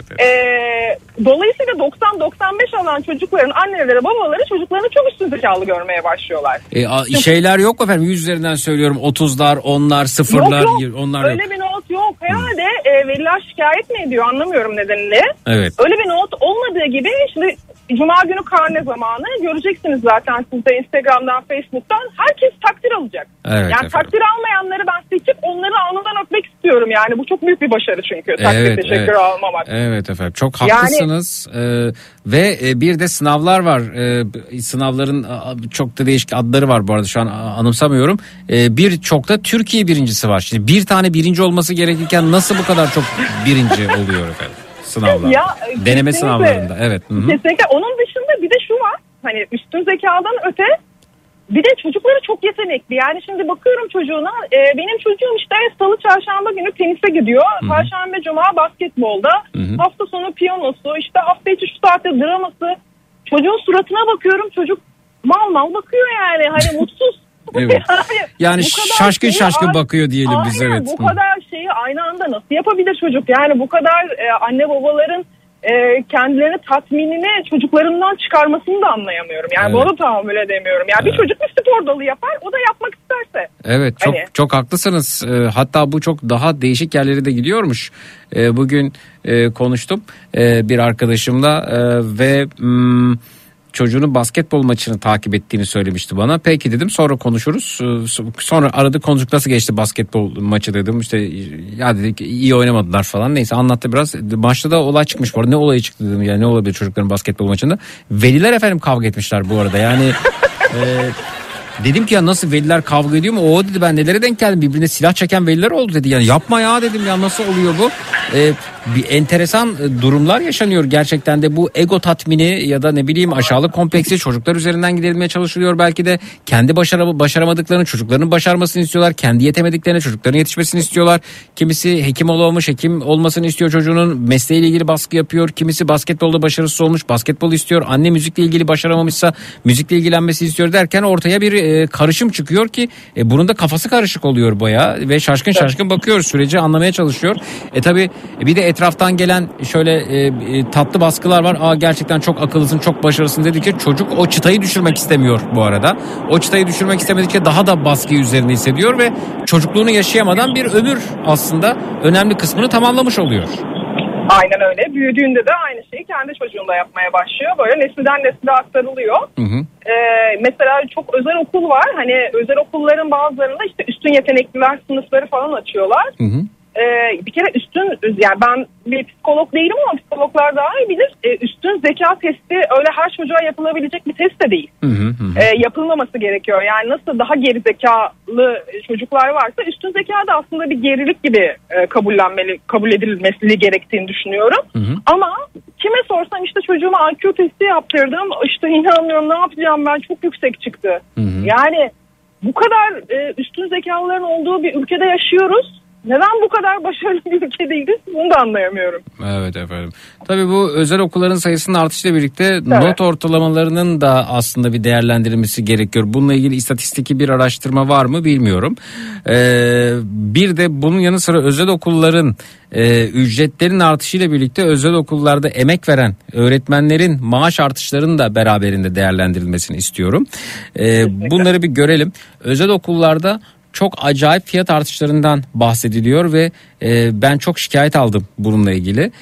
Dolayısıyla 90-95 alan çocukların anneleri, babaları çocuklarını çok üstün zekalı görmeye başlıyorlar. Şeyler yok mu efendim? 100 üzerinden söylüyorum. 30'lar, 10'lar, 0'lar. Yok. Onlar öyle yok. Bir not yok. Herhalde veliler şikayet mi ediyor, anlamıyorum nedenini. Evet. Öyle bir not olmadığı gibi şimdi Cuma günü karne zamanı göreceksiniz zaten siz de Instagram'dan, Facebook'tan. Herkes takdir alacak. Evet, yani efendim. takdir almayanları ben seçip onları alnından öpmek istiyorum yani. Bu çok büyük bir başarı çünkü. Takdir, teşekkür almamak. Evet efendim, çok haklısınız. Ve bir de sınavlar var. Sınavların çok da değişik adları var bu arada, şu an anımsamıyorum. Birçok da Türkiye birincisi var. Şimdi bir tane birinci olması gerekirken nasıl bu kadar çok birinci oluyor efendim sınavlar? Deneme sınavlarında. Evet. Hı-hı. Kesinlikle. Onun dışında bir de şu var. Hani üstün zekadan öte bir de çocukları çok yetenekli. Yani şimdi bakıyorum çocuğuna. Benim çocuğum işte salı çarşamba günü tenise gidiyor. Perşembe cuma basketbolda. Hı-hı. Hafta sonu piyanosu. İşte hafta içi şu saatte draması. Çocuğun suratına bakıyorum. Çocuk mal bakıyor yani. Hani mutsuz. Evet. Yani şaşkın bakıyor diyelim biz. Evet. Bu kadar şeyi aynı anda nasıl yapabilir çocuk? Yani bu kadar anne babaların kendilerini tatminini çocuklarından çıkarmasını da anlayamıyorum. Yani bunu tahammül edemiyorum. Yani bir çocuk bir spor dalı yapar, o da yapmak isterse. Evet, çok haklısınız. Hatta bu çok daha değişik yerlere de gidiyormuş. Bugün konuştum bir arkadaşımla ve çocuğunun basketbol maçını takip ettiğini söylemişti bana. Peki dedim, sonra konuşuruz. Sonra aradı, konuştuk, nasıl geçti basketbol maçı dedim. İşte ya dedik iyi oynamadılar falan, neyse anlattı biraz. Maçta da olay çıkmış bu arada. Ne olayı çıktı dedim, yani ne olabilir çocukların basketbol maçında. Veliler efendim kavga etmişler bu arada yani. Dedim ki ya nasıl, veliler kavga ediyor mu? O dedi, ben nelere denk geldim, birbirine silah çeken veliler oldu dedi. Yani yapma ya dedim, ya nasıl oluyor bu? Bir enteresan durumlar yaşanıyor gerçekten de. Bu ego tatmini ya da ne bileyim aşağılık kompleksi çocuklar üzerinden giderilmeye çalışılıyor. Belki de kendi başaramadıklarını çocukların başarmasını istiyorlar. Kendi yetemediklerini çocukların yetişmesini istiyorlar. Kimisi hekim olamamış, hekim olmasını istiyor çocuğunun, mesleğiyle ilgili baskı yapıyor. Kimisi basketbolda başarısız olmuş, basketbol istiyor. Anne müzikle ilgili başaramamışsa müzikle ilgilenmesi istiyor derken ortaya bir karışım çıkıyor ki bunun da kafası karışık oluyor bayağı ve şaşkın bakıyor, süreci anlamaya çalışıyor. Tabii bir de etraftan gelen şöyle tatlı baskılar var. Gerçekten çok akıllısın, çok başarılısın dedikçe çocuk o çıtayı düşürmek istemiyor bu arada. O çıtayı düşürmek istemedikçe daha da baskıyı üzerine hissediyor ve çocukluğunu yaşayamadan bir ömür aslında önemli kısmını tamamlamış oluyor. Aynen öyle. Büyüdüğünde de aynı şeyi kendi çocuğunda yapmaya başlıyor. Böyle nesilden nesile aktarılıyor. Mesela çok özel okul var. Hani özel okulların bazılarında işte üstün yetenekliler sınıfları falan açıyorlar. Bir kere yani ben bir psikolog değilim ama psikologlar daha iyi bilir. Üstün zeka testi öyle her çocuğa yapılabilecek bir test de değil. Yapılmaması gerekiyor. Yani nasıl daha geri zekalı çocuklar varsa üstün zeka da aslında bir gerilik gibi kabul edilmesi gerektiğini düşünüyorum. Ama kime sorsam işte çocuğuma IQ testi yaptırdım. İşte inanmıyorum, ne yapacağım ben, çok yüksek çıktı. Yani bu kadar üstün zekalıların olduğu bir ülkede yaşıyoruz. Neden bu kadar başarılı bir ülke değiliz, bunu da anlayamıyorum. Evet efendim. Tabii bu özel okulların sayısının artışıyla birlikte not ortalamalarının da aslında bir değerlendirilmesi gerekiyor. Bununla ilgili istatistiki bir araştırma var mı bilmiyorum. Bir de bunun yanı sıra özel okulların ücretlerin artışıyla birlikte özel okullarda emek veren öğretmenlerin maaş artışlarının da beraberinde değerlendirilmesini istiyorum. Bunları bir görelim. Özel okullarda çok acayip fiyat artışlarından bahsediliyor ve ben çok şikayet aldım bununla ilgili.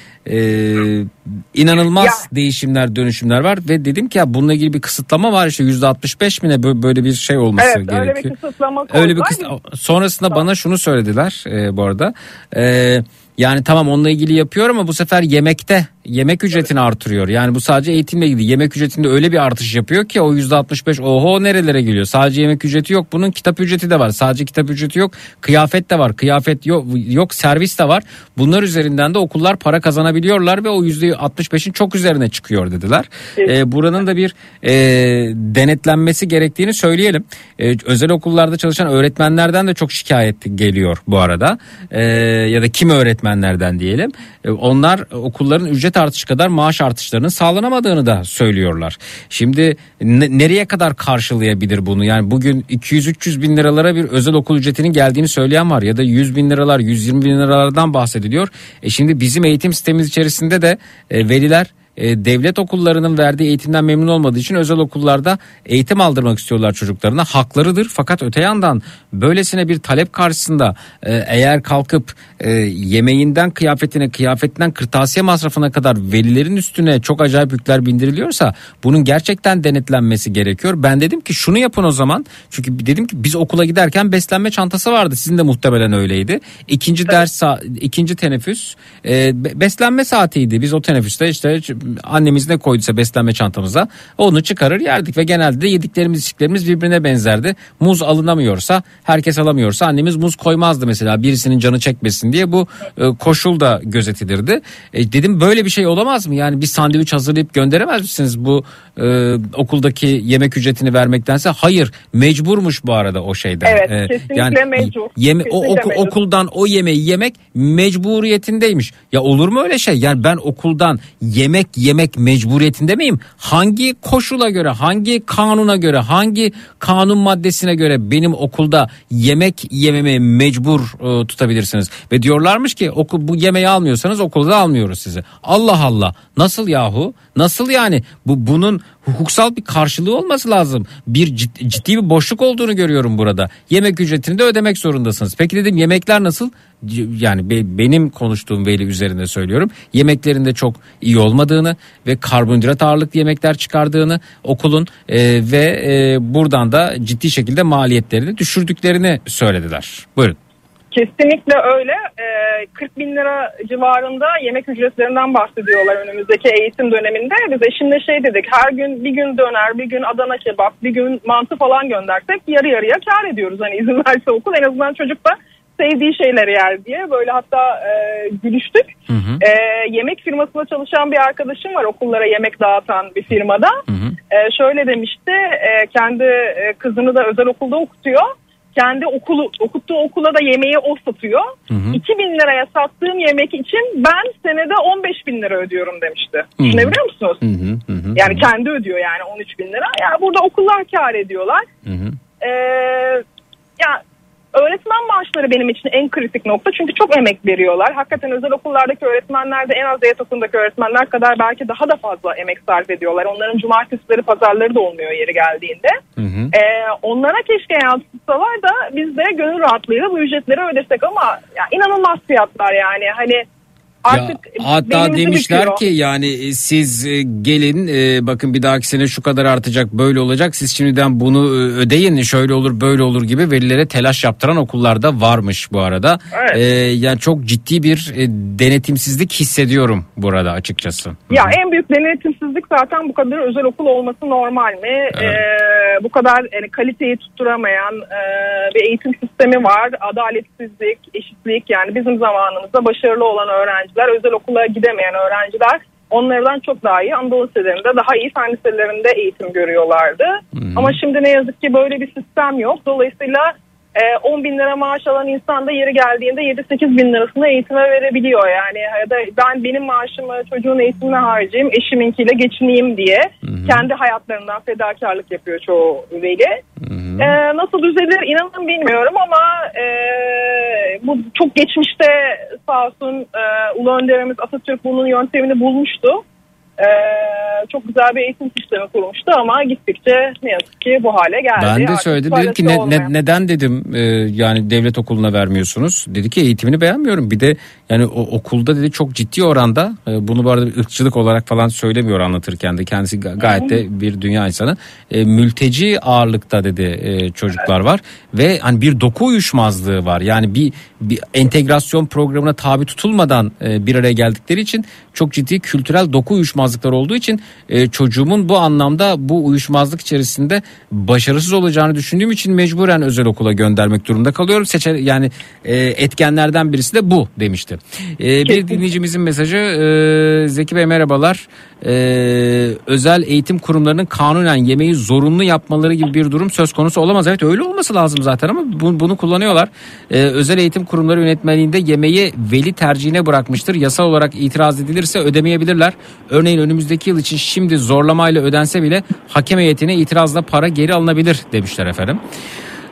İnanılmaz değişimler, dönüşümler var ve dedim ki ya bununla ilgili bir kısıtlama var, işte %65 mi ne, böyle bir şey olması gerekiyor. Öyle bir kısıtlama koydular. Sonrasında bana şunu söylediler bu arada. Yani tamam onunla ilgili yapıyor ama bu sefer yemek ücretini artırıyor. Yani bu sadece eğitimle ilgili, yemek ücretinde öyle bir artış yapıyor ki o %65 oho nerelere geliyor. Sadece yemek ücreti yok, bunun kitap ücreti de var. Sadece kitap ücreti yok, kıyafet de var. Kıyafet yok, servis de var. Bunlar üzerinden de okullar para kazanabiliyorlar ve o %65'in çok üzerine çıkıyor dediler. Buranın da bir denetlenmesi gerektiğini söyleyelim. Özel okullarda çalışan öğretmenlerden de çok şikayet geliyor bu arada. Ya da kim öğretmenlerden diyelim. Onlar okulların ücret artışı kadar maaş artışlarının sağlanamadığını da söylüyorlar. Şimdi nereye kadar karşılayabilir bunu? Yani bugün 200-300 bin liralara bir özel okul ücretinin geldiğini söyleyen var ya da 100 bin liralar, 120 bin liralardan bahsediliyor. Şimdi bizim eğitim sistemimiz içerisinde de veliler devlet okullarının verdiği eğitimden memnun olmadığı için özel okullarda eğitim aldırmak istiyorlar çocuklarına. Haklarıdır, fakat öte yandan böylesine bir talep karşısında eğer kalkıp yemeğinden kıyafetine, kıyafetinden kırtasiye masrafına kadar velilerin üstüne çok acayip yükler bindiriliyorsa bunun gerçekten denetlenmesi gerekiyor. Ben dedim ki şunu yapın o zaman. Çünkü dedim ki biz okula giderken beslenme çantası vardı. Sizin de muhtemelen öyleydi. İkinci teneffüs beslenme saatiydi. Biz o teneffüste işte annemiz ne koyduysa beslenme çantamıza onu çıkarır yerdik ve genelde de yediklerimiz içtiklerimiz birbirine benzerdi. Muz alınamıyorsa, herkes alamıyorsa annemiz muz koymazdı mesela, birisinin canı çekmesin diye. Bu koşul da gözetilirdi. Dedim böyle bir şey olamaz mı? Yani bir sandviç hazırlayıp gönderemez misiniz bu okuldaki yemek ücretini vermektense? Hayır, mecburmuş bu arada o şeyden. Evet, kesinlikle yani, mecbur. Kesinlikle okuldan o yemeği yemek mecburiyetindeymiş. Ya olur mu öyle şey? Yani ben okuldan yemek mecburiyetinde miyim? Hangi koşula göre, hangi kanuna göre, hangi kanun maddesine göre benim okulda yemek yememe mecbur tutabilirsiniz? Ve diyorlarmış ki bu yemeği almıyorsanız okulda almıyoruz sizi. Allah Allah. Nasıl yahu? Nasıl yani? Bunun hukuksal bir karşılığı olması lazım. Bir ciddi bir boşluk olduğunu görüyorum burada. Yemek ücretini de ödemek zorundasınız. Peki dedim, yemekler nasıl? Yani benim konuştuğum veli üzerinde söylüyorum. Yemeklerinde çok iyi olmadığını ve karbonhidrat ağırlıklı yemekler çıkardığını okulun ve buradan da ciddi şekilde maliyetlerini düşürdüklerini söylediler. Buyurun. Kesinlikle öyle. 40 bin lira civarında yemek ücretlerinden bahsediyorlar önümüzdeki eğitim döneminde. Biz eşimle şey dedik, her gün bir gün döner, bir gün Adana kebap, bir gün mantı falan göndersek yarı yarıya kar ediyoruz. Hani izin verse okul, en azından çocuk da sevdiği şeyleri yer diye böyle hatta gülüştük. Hı hı. Yemek firmasında çalışan bir arkadaşım var, okullara yemek dağıtan bir firmada. Hı hı. Şöyle demişti, kendi kızını da özel okulda okutuyor. Kendi okuttuğu okula da yemeği o satıyor. Hı hı. 2 bin liraya sattığım yemek için ben senede 15 bin lira ödüyorum demişti. Düşünebiliyor musunuz? Hı hı, hı, yani kendi ödüyor yani 13 bin lira. Yani burada okullar kar ediyorlar. Hı hı. Ya öğretmen maaşları benim için en kritik nokta. Çünkü çok emek veriyorlar. Hakikaten özel okullardaki öğretmenler de en az devlet okulundaki öğretmenler kadar belki daha da fazla emek sarf ediyorlar. Onların cumartesileri, pazarları da olmuyor yeri geldiğinde. Hı hı. Onlara keşke yansıtsalar da biz de gönül rahatlığıyla bu ücretleri ödesek ama ya inanılmaz fiyatlar yani. Hani artık hatta demişler ki yani siz gelin bakın bir dahaki sene şu kadar artacak, böyle olacak, siz şimdiden bunu ödeyin, şöyle olur böyle olur gibi velilere telaş yaptıran okullarda varmış bu arada. Evet. Yani çok ciddi bir denetimsizlik hissediyorum burada açıkçası. Ya en büyük denetimsizlik zaten bu kadar özel okul olması normal mi? Evet. Bu kadar yani kaliteyi tutturamayan bir eğitim sistemi var. Adaletsizlik, eşitlik, yani bizim zamanımızda başarılı olan öğrenciler, özel okula gidemeyen öğrenciler onlardan çok daha iyi Anadolu liselerinde, daha iyi fen liselerinde eğitim görüyorlardı. Ama şimdi ne yazık ki böyle bir sistem yok. Dolayısıyla 10 bin lira maaş alan insan da yeri geldiğinde 7-8 bin lirasını eğitime verebiliyor. Yani ya da benim maaşımı çocuğun eğitimine harcayayım, eşiminkiyle geçineyim diye kendi hayatlarından fedakarlık yapıyor çoğu veli. Nasıl düzelir inanın bilmiyorum ama bu çok geçmişte sağ olsun Ulu Önderimiz Atatürk bunun yöntemini bulmuştu. Çok güzel bir eğitim sistemi kurmuştu ama gittikçe ne yazık ki bu hale geldi. Ben de söyledim, dedim ki neden dedim yani devlet okuluna vermiyorsunuz? Dedi ki eğitimini beğenmiyorum. Bir de yani o okulda dedi çok ciddi oranda, bunu bu arada ırkçılık olarak falan söylemiyor anlatırken de, kendisi gayet de bir dünya insanı. Mülteci ağırlıkta dedi çocuklar var ve hani bir doku uyuşmazlığı var. Yani bir entegrasyon programına tabi tutulmadan bir araya geldikleri için çok ciddi kültürel doku uyuşmazlıkları olduğu için çocuğumun bu anlamda bu uyuşmazlık içerisinde başarısız olacağını düşündüğüm için mecburen özel okula göndermek durumunda kalıyorum. Yani etkenlerden birisi de bu demişti. Bir dinleyicimizin mesajı, Zeki Bey merhabalar. Özel eğitim kurumlarının kanunen yemeği zorunlu yapmaları gibi bir durum söz konusu olamaz. Evet, öyle olması lazım zaten ama bunu kullanıyorlar. Özel eğitim kurumları yönetmeliğinde yemeği veli tercihine bırakmıştır. Yasal olarak itiraz edilirse ödemeyebilirler. Örneğin önümüzdeki yıl için şimdi zorlamayla ödense bile hakem heyetine itirazla para geri alınabilir demişler efendim.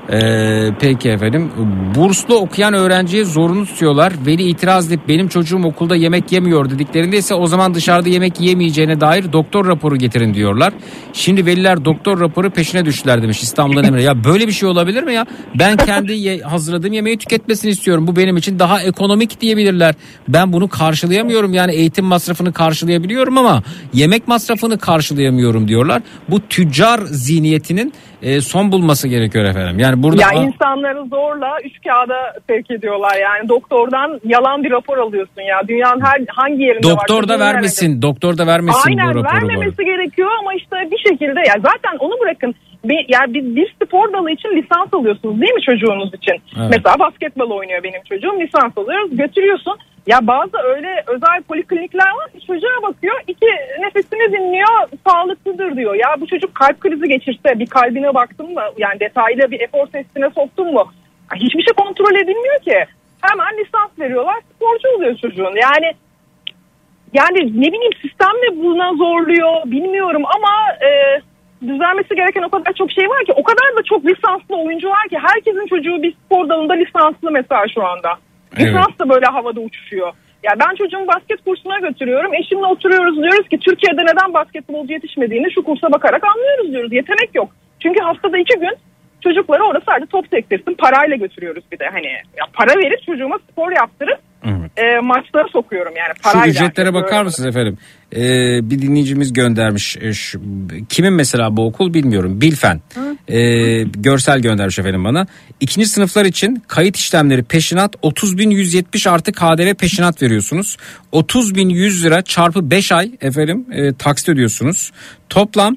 Peki efendim. Burslu okuyan öğrenciye zorunlu tutuyorlar. Veli itiraz edip benim çocuğum okulda yemek yemiyor dediklerinde ise o zaman dışarıda yemek yemeyeceğine dair doktor raporu getirin diyorlar. Şimdi veliler doktor raporu peşine düştüler demiş İstanbul'dan Emre. Ya böyle bir şey olabilir mi ya? Ben kendi hazırladığım yemeği tüketmesini istiyorum. Bu benim için daha ekonomik diyebilirler. Ben bunu karşılayamıyorum. Yani eğitim masrafını karşılayabiliyorum ama yemek masrafını karşılayamıyorum diyorlar. Bu tüccar zihniyetinin son bulması gerekiyor efendim. Yani burada ya insanları zorla üç kağıda sevk ediyorlar. Yani doktordan yalan bir rapor alıyorsun ya. Dünyanın hangi yerinde doktor var? Da vermesin. Doktor da vermesin aynen, bu raporu. vermemesi gerekiyor ama işte bir şekilde ya zaten onu bırakın. Yani bir spor dalı için lisans alıyorsunuz değil mi çocuğunuz için? Evet. Mesela basketbol oynuyor benim çocuğum, lisans alıyoruz, götürüyorsun. Ya bazı öyle özel poliklinikler var, çocuğa bakıyor, 2 nefesini dinliyor, sağlıklıdır diyor. Ya bu çocuk kalp krizi geçirse bir kalbine baktın mı? Yani detaylı bir efor testine soktun mu? Hiçbir şey kontrol edilmiyor ki. Hemen lisans veriyorlar, sporcu oluyor çocuğun. Yani ne bileyim, sistem mi buna zorluyor bilmiyorum ama düzelmesi gereken o kadar çok şey var ki, o kadar da çok lisanslı oyuncu var ki herkesin çocuğu bir spor dalında lisanslı mesela şu anda. Lisans da böyle havada uçuşuyor. Ya ben çocuğumu basket kursuna götürüyorum. Eşimle oturuyoruz, diyoruz ki Türkiye'de neden basketbolcu yetişmediğini şu kursa bakarak anlıyoruz diyoruz. Yetenek yok. Çünkü haftada 2 gün çocukları orada sadece top sektirsin. Parayla götürüyoruz bir de ya para verip çocuğuma spor yaptırıp maçlara sokuyorum yani parayla. Şu ücretlere bakar mısınız efendim? Bir dinleyicimiz göndermiş. Kimin mesela bu okul bilmiyorum. Bilfen. Görsel göndermiş efendim bana. 2. sınıflar için kayıt işlemleri peşinat 30.170 artı KDV peşinat veriyorsunuz. 30.100 lira çarpı 5 ay efendim taksit ödüyorsunuz. Toplam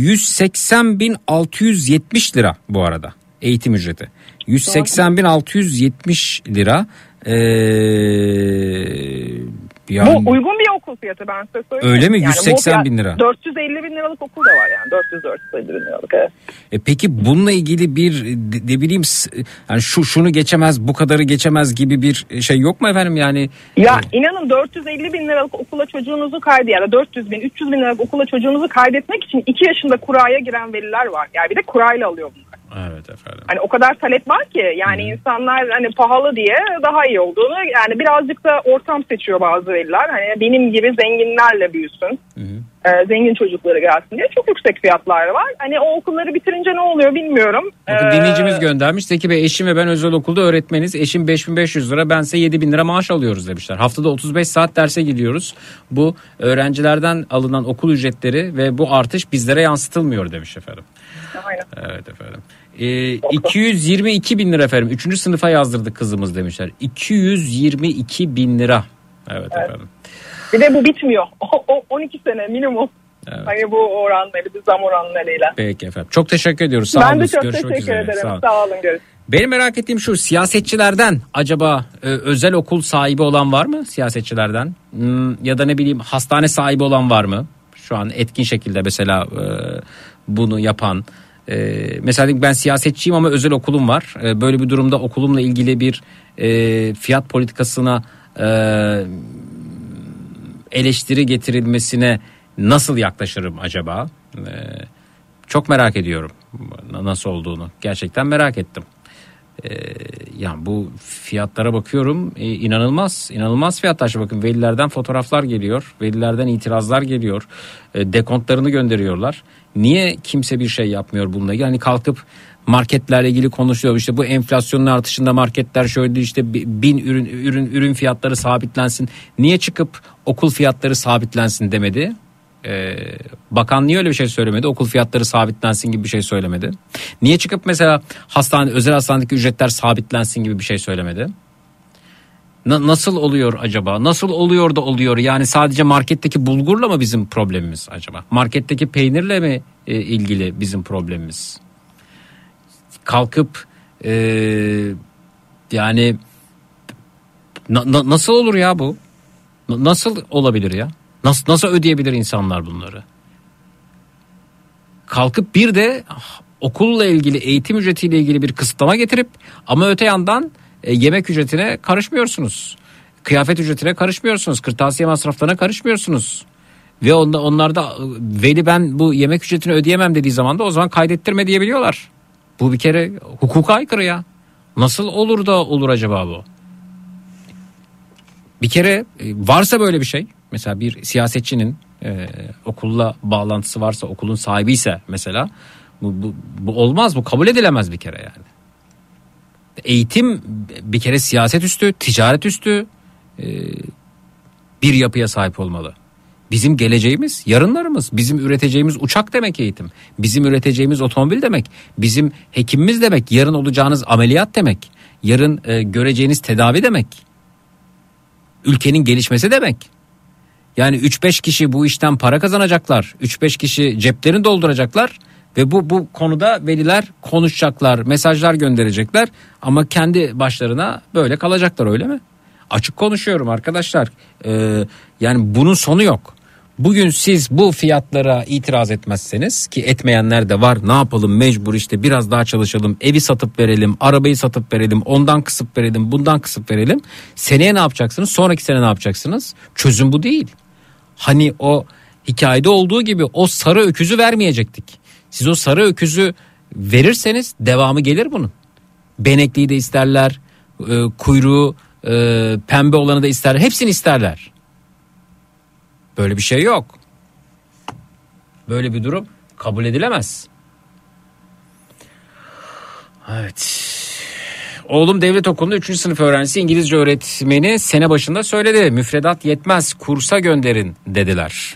180.670 lira bu arada eğitim ücreti. 180.670 lira. Yani, bu uygun bir okul fiyatı, ben size söyleyeyim. Öyle mi? 180.000 lira. 450.000 liralık okul da var yani. 450.000 liralık, evet. Peki bununla ilgili bir ne bileyim yani şunu geçemez, bu kadarı geçemez gibi bir şey yok mu efendim yani? Ya inanın 450.000 liralık okula çocuğunuzu ya da 400.000 liralık okula çocuğunuzu kaydetmek için 2 yaşında kuraya giren veliler var. Yani bir de kurayla alıyor bunlar. Evet efendim. Hani o kadar talep var ki yani insanlar hani pahalı diye daha iyi olduğunu, yani birazcık da ortam seçiyor bazı veliler. Hani benim gibi zenginlerle büyüsün. Zengin çocukları gelsin diye çok yüksek fiyatlar var. Hani o okulları bitirince ne oluyor bilmiyorum. Bakın dinleyicimiz göndermiş. Zeki Bey, eşim ve ben özel okulda öğretmeniz. Eşim 5.500 lira, bense 7.000 lira maaş alıyoruz demişler. Haftada 35 saat derse gidiyoruz. Bu öğrencilerden alınan okul ücretleri ve bu artış bizlere yansıtılmıyor demiş efendim. Aynen. Evet efendim. 222.000 lira efendim. 3. sınıfa yazdırdık kızımız demişler. 222.000 lira. Evet efendim. Bir de bu bitmiyor. 12 sene minimum. Evet. Hani bu oranları, zam oranlarıyla. Peki efendim. Çok teşekkür ediyoruz. Sağ olun. Ben de çok teşekkür ederim. Sağ olun. Görüşürüz. Benim merak ettiğim şu, siyasetçilerden acaba özel okul sahibi olan var mı siyasetçilerden? Ya da ne bileyim hastane sahibi olan var mı? Şu an etkin şekilde mesela bunu yapan. Mesela ben siyasetçiyim ama özel okulum var. Böyle bir durumda okulumla ilgili bir fiyat politikasına eleştiri getirilmesine nasıl yaklaşırım acaba? Çok merak ediyorum nasıl olduğunu. Gerçekten merak ettim. Yani bu fiyatlara bakıyorum, inanılmaz fiyatlar. Bakın velilerden fotoğraflar geliyor, velilerden itirazlar geliyor, dekontlarını gönderiyorlar. Niye kimse bir şey yapmıyor bununla ilgili? Yani kalkıp marketlerle ilgili konuşuyor. İşte bu enflasyonun artışında marketler şöyle, işte 1000 ürün fiyatları sabitlensin. Niye çıkıp okul fiyatları sabitlensin demedi? Bakan niye öyle bir şey söylemedi? Okul fiyatları sabitlensin gibi bir şey söylemedi. Niye çıkıp mesela özel hastanedeki ücretler sabitlensin gibi bir şey söylemedi? Nasıl oluyor acaba? Nasıl oluyor da oluyor? Yani sadece marketteki bulgurla mı bizim problemimiz acaba? Marketteki peynirle mi ilgili bizim problemimiz? Kalkıp yani nasıl olur ya bu? Nasıl olabilir ya? Nasıl ödeyebilir insanlar bunları? Kalkıp bir de okulla ilgili, eğitim ücretiyle ilgili bir kısıtlama getirip ama öte yandan yemek ücretine karışmıyorsunuz. Kıyafet ücretine karışmıyorsunuz. Kırtasiye masraflarına karışmıyorsunuz. Ve onlar da veli ben bu yemek ücretini ödeyemem dediği zaman da o zaman kaydettirme diyebiliyorlar. Bu bir kere hukuka aykırı ya. Nasıl olur da olur acaba bu? Bir kere varsa böyle bir şey, mesela bir siyasetçinin okulla bağlantısı varsa, okulun sahibi ise mesela bu olmaz, bu kabul edilemez bir kere yani. Eğitim bir kere siyaset üstü, ticaret üstü bir yapıya sahip olmalı. Bizim geleceğimiz, yarınlarımız, bizim üreteceğimiz uçak demek eğitim. Bizim üreteceğimiz otomobil demek. Bizim hekimimiz demek. Yarın olacağınız ameliyat demek. Yarın göreceğiniz tedavi demek. Ülkenin gelişmesi demek. Yani 3-5 kişi bu işten para kazanacaklar. 3-5 kişi ceplerini dolduracaklar. Ve bu konuda veliler konuşacaklar, mesajlar gönderecekler. Ama kendi başlarına böyle kalacaklar, öyle mi? Açık konuşuyorum arkadaşlar. Yani bunun sonu yok. Bugün siz bu fiyatlara itiraz etmezseniz, ki etmeyenler de var, ne yapalım, mecbur işte biraz daha çalışalım, evi satıp verelim, arabayı satıp verelim, ondan kısıp verelim, bundan kısıp verelim. Seneye ne yapacaksınız? Sonraki sene ne yapacaksınız? Çözüm bu değil. Hani o hikayede olduğu gibi o sarı öküzü vermeyecektik. Siz o sarı öküzü verirseniz devamı gelir bunun. Benekliyi de isterler, kuyruğu pembe olanı da isterler, hepsini isterler. Böyle bir şey yok. Böyle bir durum kabul edilemez. Evet. Oğlum devlet okulunda 3. sınıf öğrencisi, İngilizce öğretmeni sene başında söyledi. Müfredat yetmez, kursa gönderin dediler.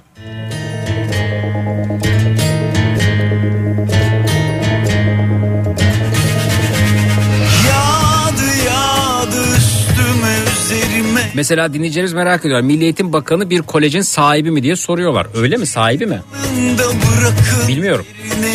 Mesela dinleyicilerimiz merak ediyorlar. Milli Eğitim Bakanı bir kolejin sahibi mi diye soruyorlar. Öyle mi, sahibi mi? Bilmiyorum.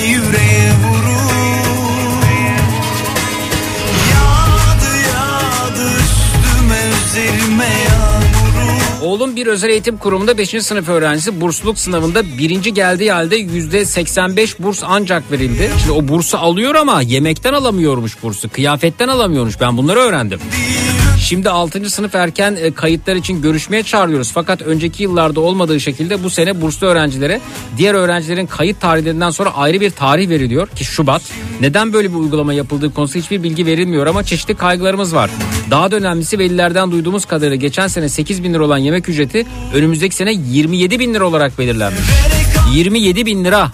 Oğlum bir özel eğitim kurumunda 5. sınıf öğrencisi, bursluluk sınavında birinci geldiği halde %85 burs ancak verildi. Şimdi o bursu alıyor ama yemekten alamıyormuş bursu, kıyafetten alamıyormuş. Ben bunları öğrendim. Şimdi 6. sınıf erken kayıtlar için görüşmeye çağırıyoruz. Fakat önceki yıllarda olmadığı şekilde bu sene burslu öğrencilere diğer öğrencilerin kayıt tarihlerinden sonra ayrı bir tarih veriliyor ki Şubat. Neden böyle bir uygulama yapıldığı konusu hiçbir bilgi verilmiyor ama çeşitli kaygılarımız var. Daha da önemlisi, velilerden duyduğumuz kadarıyla geçen sene 8 bin lira olan yemek ücreti önümüzdeki sene 27 bin lira olarak belirlenmiş. 27 bin lira.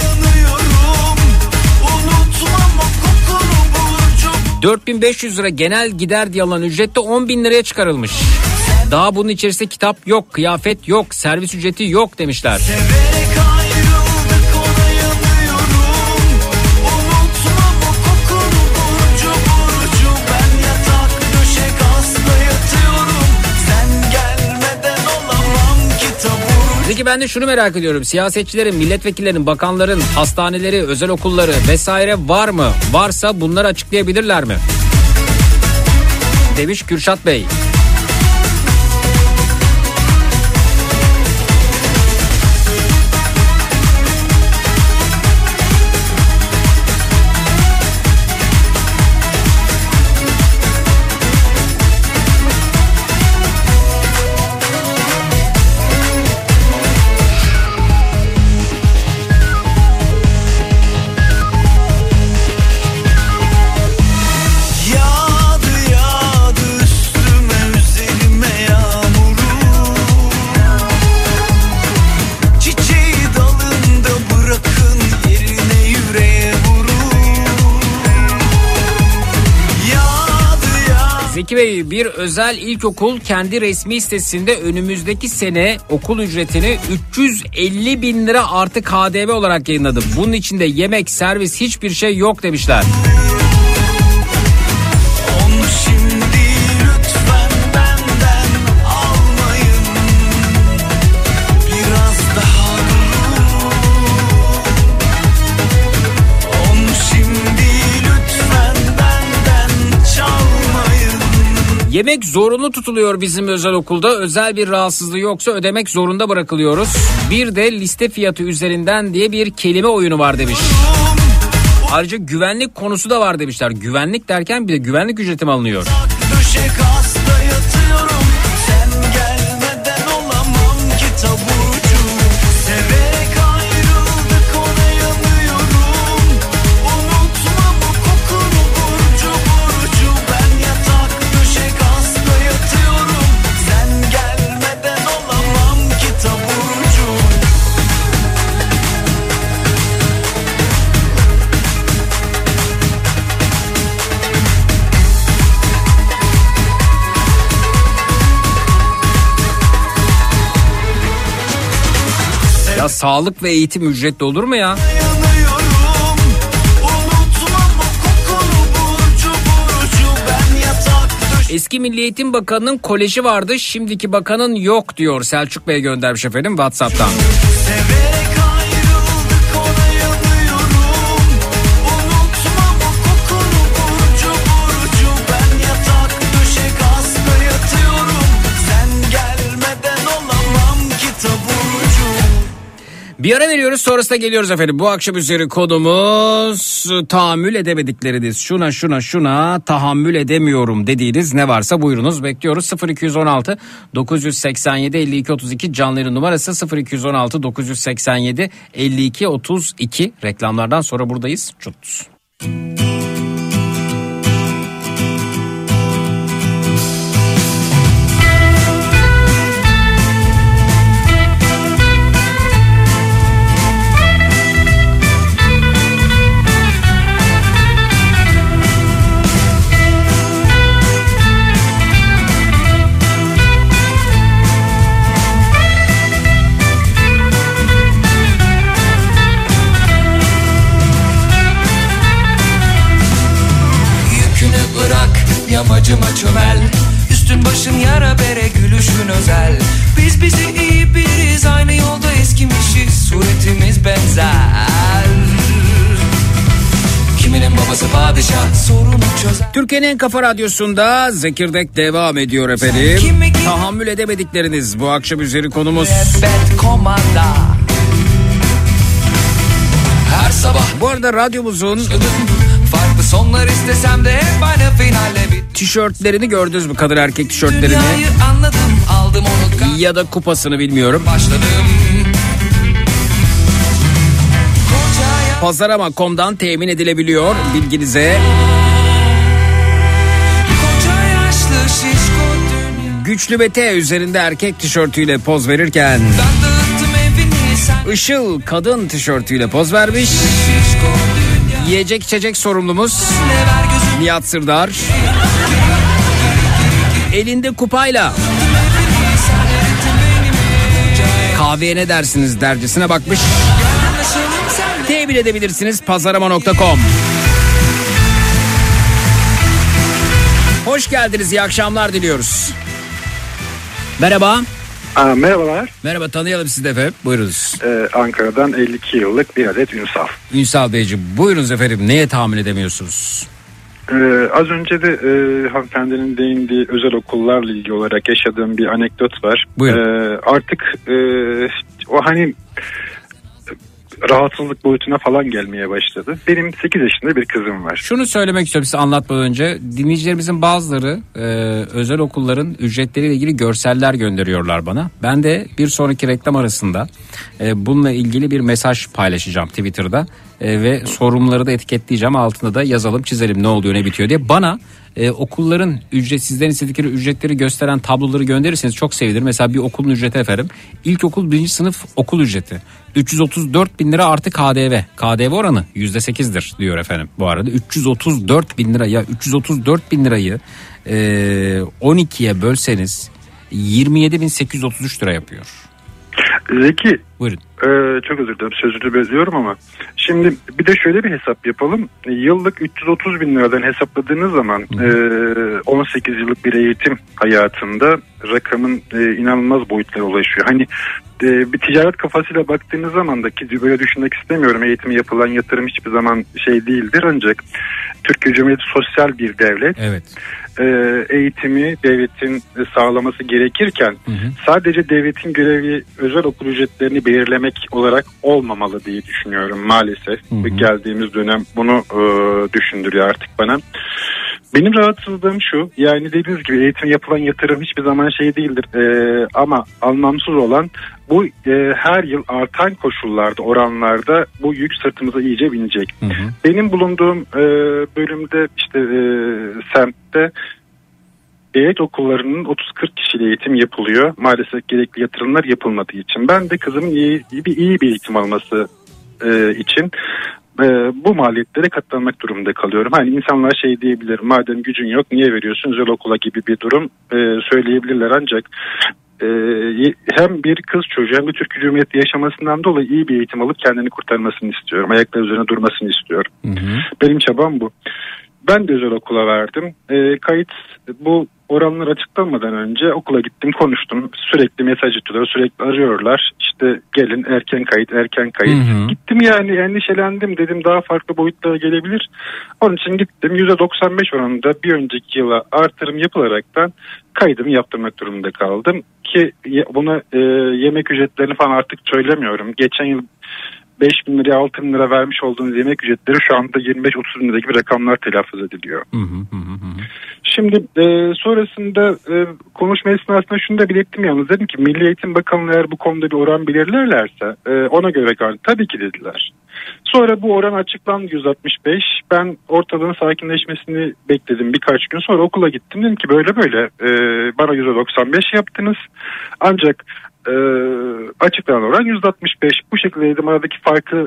$4.500 lira genel gider diye alınan ücret de 10 bin liraya çıkarılmış. Daha bunun içerisinde kitap yok, kıyafet yok, servis ücreti yok demişler. Peki ben de şunu merak ediyorum. Siyasetçilerin, milletvekillerinin, bakanların, hastaneleri, özel okulları vesaire var mı? Varsa bunları açıklayabilirler mi? Demiş Kürşat Bey. Zeki Bey, bir özel ilkokul kendi resmi sitesinde önümüzdeki sene okul ücretini 350 bin lira artı KDV olarak yayınladı. Bunun içinde yemek, servis, hiçbir şey yok demişler. Yemek zorunlu tutuluyor bizim özel okulda. Özel bir rahatsızlığı yoksa ödemek zorunda bırakılıyoruz. Bir de liste fiyatı üzerinden diye bir kelime oyunu var demiş. Ayrıca güvenlik konusu da var demişler. Güvenlik derken bir de güvenlik ücreti mi alınıyor? Ya sağlık ve eğitim ücretli olur mu ya? Eski Milli Eğitim Bakanı'nın koleji vardı, şimdiki bakanın yok diyor. Selçuk Bey göndermiş efendim WhatsApp'tan. Bir ara veriyoruz, sonrasında geliyoruz efendim. Bu akşam üzeri konumuz tahammül edemedikleriniz. Şuna tahammül edemiyorum dediğiniz ne varsa buyurunuz, bekliyoruz. 0216 987 52 32 canlı yayın numarası 0216 987 52 32. Reklamlardan sonra buradayız. Çut. Yamacıma çömel, üstün başın yara bere, gülüşün özel. Biz bizi iyi biriz, aynı yolda eskimişiz, suretimiz benzer. Kiminin babası padişah, sorunu çözer. Türkiye'nin en kafa radyosunda Zekirdek devam ediyor efendim. Tahammül edemedikleriniz bu akşam üzeri konumuz. Her sabah bu arada radyomuzun farklı sonlar istesem de hep aynı finalle bit. Tişörtlerini gördünüz mü, kadın erkek tişörtlerini? Dünyayı anladım, aldım onu ya da kupasını bilmiyorum. Başladım. Pazarama.com'dan temin edilebiliyor bilginize. Güçlü ve T üzerinde erkek tişörtüyle poz verirken Işıl kadın tişörtüyle poz vermiş. Yiyecek içecek sorumlumuz Nihat Sırdar elinde kupayla kahveye ne dersiniz dercesine bakmış. Temin edebilirsiniz pazarama.com. Hoş geldiniz, iyi akşamlar diliyoruz. Merhaba. Merhabalar. Merhaba, tanıyalım sizi de efendim. Buyurunuz. Ankara'dan 52 yıllık bir adet Ünsal. Ünsal Beyciğim, buyurunuz efendim. Neye tahammül edemiyorsunuz? Az önce de hanımefendinin değindiği özel okullarla ilgili olarak yaşadığım bir anekdot var. Artık o hani rahatsızlık boyutuna falan gelmeye başladı. Benim 8 yaşında bir kızım var. Şunu söylemek istiyorum size anlatmadan önce. Dinleyicilerimizin bazıları özel okulların ücretleriyle ilgili görseller gönderiyorlar bana. Ben de bir sonraki reklam arasında bununla ilgili bir mesaj paylaşacağım Twitter'da. Ve sorumluları da etiketleyeceğim. Altında da yazalım, çizelim ne oluyor ne bitiyor diye. Bana okulların sizden istedikleri ücretleri gösteren tabloları gönderirseniz çok sevinirim. Mesela bir okulun ücreti efendim. İlkokul 1. sınıf okul ücreti 334 bin lira artı KDV. KDV oranı %8'dir diyor efendim bu arada. 334 bin lira, ya 334 bin lirayı 12'ye bölseniz 27.833 lira yapıyor. Zeki. Buyurun. Çok özür dilerim, sözünü bölüyorum ama şimdi bir de şöyle bir hesap yapalım. Yıllık 330 bin liradan hesapladığınız zaman 18 yıllık bir eğitim hayatında rakamın inanılmaz boyutlara ulaşıyor. Hani bir ticaret kafasıyla baktığınız zaman da, ki böyle düşünmek istemiyorum, eğitime yapılan yatırım hiçbir zaman şey değildir, ancak Türkiye Cumhuriyeti sosyal bir devlet. Evet. Eğitimi devletin sağlaması gerekirken sadece devletin görevi özel okul ücretlerini belirlemek olarak olmamalı diye düşünüyorum maalesef. Geldiğimiz dönem bunu düşündürüyor artık bana. Benim rahatsızlığım şu, yani dediğiniz gibi eğitim yapılan yatırım hiçbir zaman şey değildir ama anlamsız olan bu her yıl artan koşullarda, oranlarda bu yük sırtımıza iyice binecek. Benim bulunduğum bölümde işte semtte devlet okullarının 30-40 kişiyle eğitim yapılıyor. Maalesef gerekli yatırımlar yapılmadığı için. Ben de kızımın iyi bir eğitim alması için bu maliyetlere katlanmak durumunda kalıyorum. Hani insanlar şey diyebilir, madem gücün yok niye veriyorsun özel okula gibi bir durum söyleyebilirler, ancak hem bir kız çocuğu hem de Türkiye Cumhuriyeti yaşamasından dolayı iyi bir eğitim alıp kendini kurtarmasını istiyorum. Ayakları üzerine durmasını istiyorum. Benim çabam bu. Ben de özel okula verdim. Kayıt bu oranlar açıklanmadan önce okula gittim, konuştum. Sürekli mesaj atıyorlar, sürekli arıyorlar. İşte gelin erken kayıt, erken kayıt. Gittim yani endişelendim, dedim daha farklı boyutlara gelebilir. Onun için gittim. %95 oranında bir önceki yıla artırım yapılaraktan kaydımı yaptırmak durumunda kaldım. Ki buna yemek ücretlerini falan artık söylemiyorum. Geçen yıl 5.000 liraya 6.000 lira vermiş olduğunuz yemek ücretleri şu anda 25-30 bin lira gibi rakamlar telaffuz ediliyor. Şimdi sonrasında konuşma esnasında şunu da belirttim yalnız, dedim ki Milli Eğitim Bakanlığı eğer bu konuda bir oran belirlerlerse ona göre tabii ki dediler. Sonra bu oran açıklandı 165. Ben ortalığın sakinleşmesini bekledim birkaç gün, sonra okula gittim, dedim ki böyle bana %95 yaptınız ancak açıklanan oran 165. Bu şekilde dedim, aradaki farkı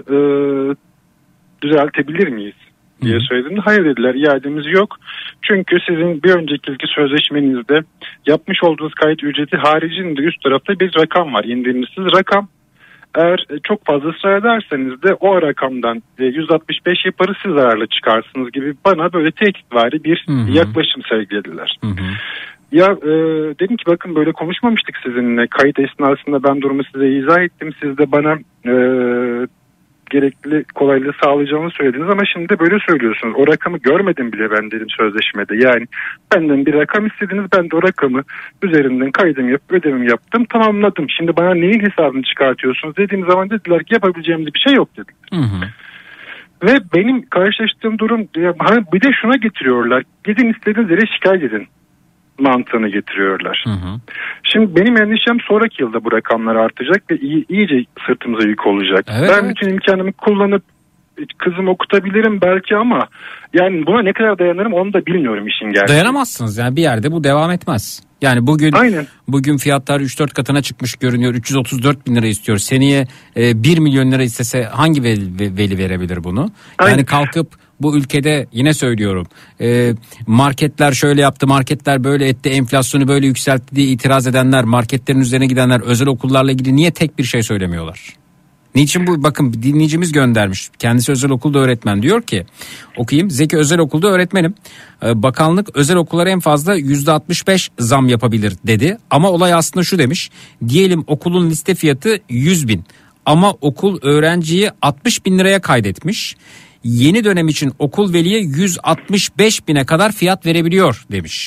düzeltebilir miyiz diye söyledim. Hayır dediler, iademiz yok. Çünkü sizin bir önceki ilki sözleşmenizde yapmış olduğunuz kayıt ücreti haricinde üst tarafta bir rakam var. İndirimsiz rakam. Eğer çok fazla ısrar ederseniz de o rakamdan 165 yaparız, siz zararlı çıkarsınız gibi bana böyle tehditvari bir yaklaşım sergilediler. Ya dedim ki bakın böyle konuşmamıştık sizinle. Kayıt esnasında ben durumu size izah ettim. Siz de bana gerekli kolaylığı sağlayacağını söylediniz ama şimdi de böyle söylüyorsunuz. O rakamı görmedim bile ben dedim sözleşmede. Yani benden bir rakam istediniz, ben de o rakamı üzerinden kaydımı yapıp ödememi yaptım, tamamladım. Şimdi bana neyin hesabını çıkartıyorsunuz dediğim zaman dediler ki yapabileceğimiz bir şey yok dediler. Ve benim karşılaştığım durum bir de şuna getiriyorlar. Gidin istediğiniz yere şikayet edin mantığını getiriyorlar. Şimdi benim endişem sonraki yılda bu rakamlar artacak ve iyice sırtımıza yük olacak. Evet, ben bütün imkanımı kullanıp kızımı okutabilirim belki ama yani buna ne kadar dayanırım onu da bilmiyorum işin gerçeği. Dayanamazsınız yani, bir yerde bu devam etmez. Yani bugün fiyatlar 3-4 katına çıkmış görünüyor. 334 bin lira istiyor. Seneye 1 milyon lira istese hangi veli verebilir bunu? Yani kalkıp bu ülkede yine söylüyorum marketler şöyle yaptı, marketler böyle etti, enflasyonu böyle yükseltti diye itiraz edenler, marketlerin üzerine gidenler özel okullarla ilgili niye tek bir şey söylemiyorlar? Niçin bu? Bakın dinleyicimiz göndermiş. Kendisi özel okulda öğretmen, diyor ki okuyayım. Zeki özel okulda öğretmenim. Bakanlık özel okullara en fazla %65 zam yapabilir dedi. Ama olay aslında şu demiş. Diyelim okulun liste fiyatı 100 bin. Ama okul öğrenciyi 60 bin liraya kaydetmiş. Yeni dönem için okul veliye 165 bine kadar fiyat verebiliyor demiş.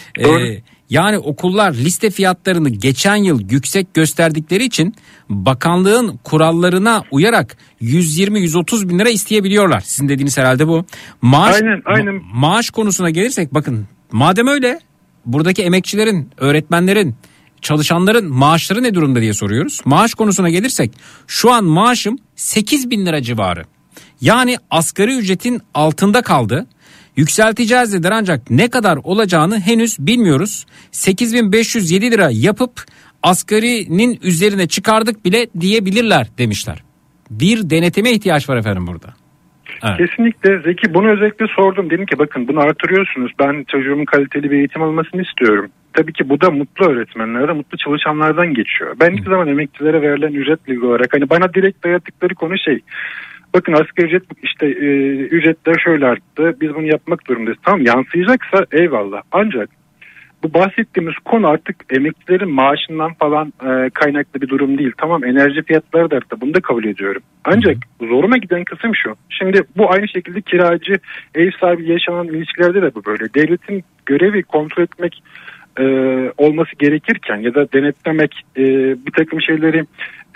Yani okullar liste fiyatlarını geçen yıl yüksek gösterdikleri için bakanlığın kurallarına uyarak 120-130 bin lira isteyebiliyorlar. Sizin dediğiniz herhalde bu. Aynen. Maaş konusuna gelirsek bakın, madem öyle buradaki emekçilerin, öğretmenlerin, çalışanların maaşları ne durumda diye soruyoruz. Maaş konusuna gelirsek şu an maaşım 8 bin lira civarı. Yani asgari ücretin altında kaldı. Yükselteceğiz dediler ancak ne kadar olacağını henüz bilmiyoruz. 8.507 lira yapıp asgarinin üzerine çıkardık bile diyebilirler demişler. Bir denetime ihtiyaç var efendim burada. Evet. Kesinlikle Zeki, bunu özellikle sordum. Dedim ki bakın bunu artırıyorsunuz. Ben çocuğumun kaliteli bir eğitim almasını istiyorum. Tabii ki bu da mutlu öğretmenlerden, mutlu çalışanlardan geçiyor. Ben hiçbir zaman emekçilere verilen ücretle olarak hani bana direkt dayattıkları konu bakın asgari ücret işte ücretler şöyle arttı, biz bunu yapmak durumundayız. Tamam, yansıyacaksa eyvallah. Ancak bu bahsettiğimiz konu artık emeklilerin maaşından falan kaynaklı bir durum değil. Tamam, enerji fiyatları da arttı, bunu da kabul ediyorum. Ancak zoruma giden kısım şu. Şimdi bu aynı şekilde kiracı, ev sahibi yaşanan ilişkilerde de bu böyle. Devletin görevi kontrol etmek olması gerekirken ya da denetlemek, bir takım şeyleri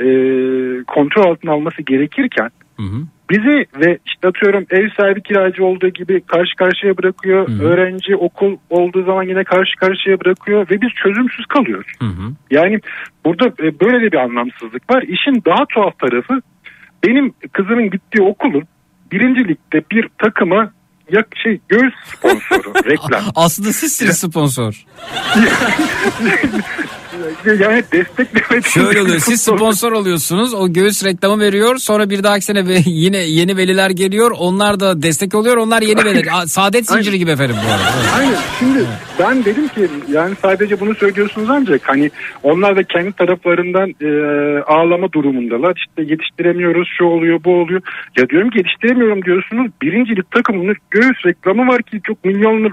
kontrol altına alması gerekirken bizi ve işte atıyorum ev sahibi kiracı olduğu gibi karşı karşıya bırakıyor. Öğrenci okul olduğu zaman yine karşı karşıya bırakıyor ve biz çözümsüz kalıyoruz. Yani burada böyle de bir anlamsızlık var. İşin daha tuhaf tarafı, benim kızımın gittiği okulun birinci ligde bir takıma göğüs sponsoru, reklam. Aslında sizsiniz sponsor. yani desteklemek. Şöyle oluyor, siz sponsor oluyorsunuz, o göğüs reklamı veriyor, sonra bir dahaki sene yine yeni veliler geliyor, onlar da destek oluyor, onlar yeni veliler. Saadet zinciri gibi efendim bu arada. Aynen. Şimdi ben dedim ki yani sadece bunu söylüyorsunuz ancak hani onlar da kendi taraflarından ağlama durumundalar. İşte yetiştiremiyoruz, şu oluyor, bu oluyor. Ya diyorum ki yetiştiremiyorum diyorsunuz. Birincilik takımının göğüs reklamı var ki çok milyonluk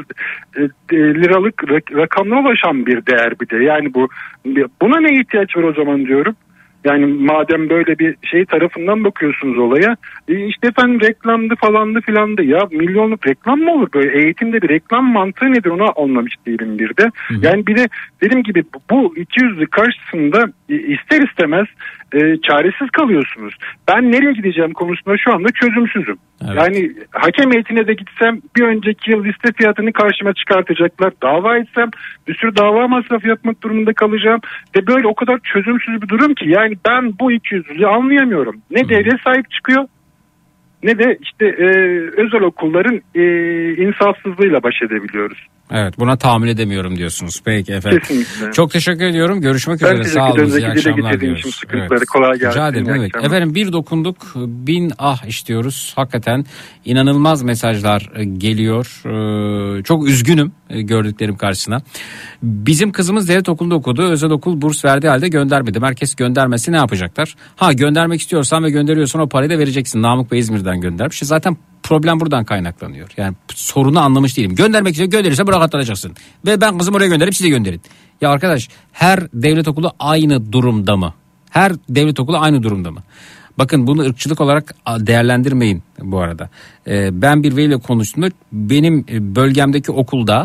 liralık rakamına ulaşan bir değer bir de. Yani buna ne ihtiyaç var o zaman diyorum. Yani madem böyle bir şey tarafından bakıyorsunuz olaya, işte efendim reklamdı falandı filandı, ya milyonluk reklam mı olur, böyle eğitimde bir reklam mantığı nedir onu anlamış değilim bir de. Hı-hı. Yani bir de dediğim gibi bu ikiyüzlülük karşısında ister istemez çaresiz kalıyorsunuz. Ben nereye gideceğim konusunda şu anda çözümsüzüm. Evet. Yani hakem heyetine de gitsem bir önceki yıl liste fiyatını karşıma çıkartacaklar. Dava etsem bir sürü dava masrafı yapmak durumunda kalacağım. Ve böyle o kadar çözümsüz bir durum ki yani ben bu ikiyüzlülüğü anlayamıyorum. Ne devlet sahip çıkıyor ne de işte özel okulların insafsızlığıyla baş edebiliyoruz. Evet, buna tahammül edemiyorum diyorsunuz. Peki efendim. Kesinlikle. Çok teşekkür ediyorum. Görüşmek üzere. Sağ olun. İyi akşamlar diyoruz. Evet. Kolay gelsin. Rica ederim. Evet. Efendim bir dokunduk, bin ah istiyoruz. Hakikaten inanılmaz mesajlar geliyor. Çok üzgünüm gördüklerim karşısına. Bizim kızımız devlet okulunda okudu. Özel okul burs verdiği halde göndermedi. Merkez göndermesi ne yapacaklar? Göndermek istiyorsan ve gönderiyorsan o parayı da vereceksin. Namık Bey İzmir'den göndermiş. Zaten problem buradan kaynaklanıyor. Yani sorunu anlamış değilim. Göndermek istiyor, gönderirse bırak atacaksın. Ve ben kızımı oraya gönderip size gönderin. Ya arkadaş, her devlet okulu aynı durumda mı? Her devlet okulu aynı durumda mı? Bakın bunu ırkçılık olarak değerlendirmeyin bu arada. Ben bir veliyle konuştuğumda benim bölgemdeki okulda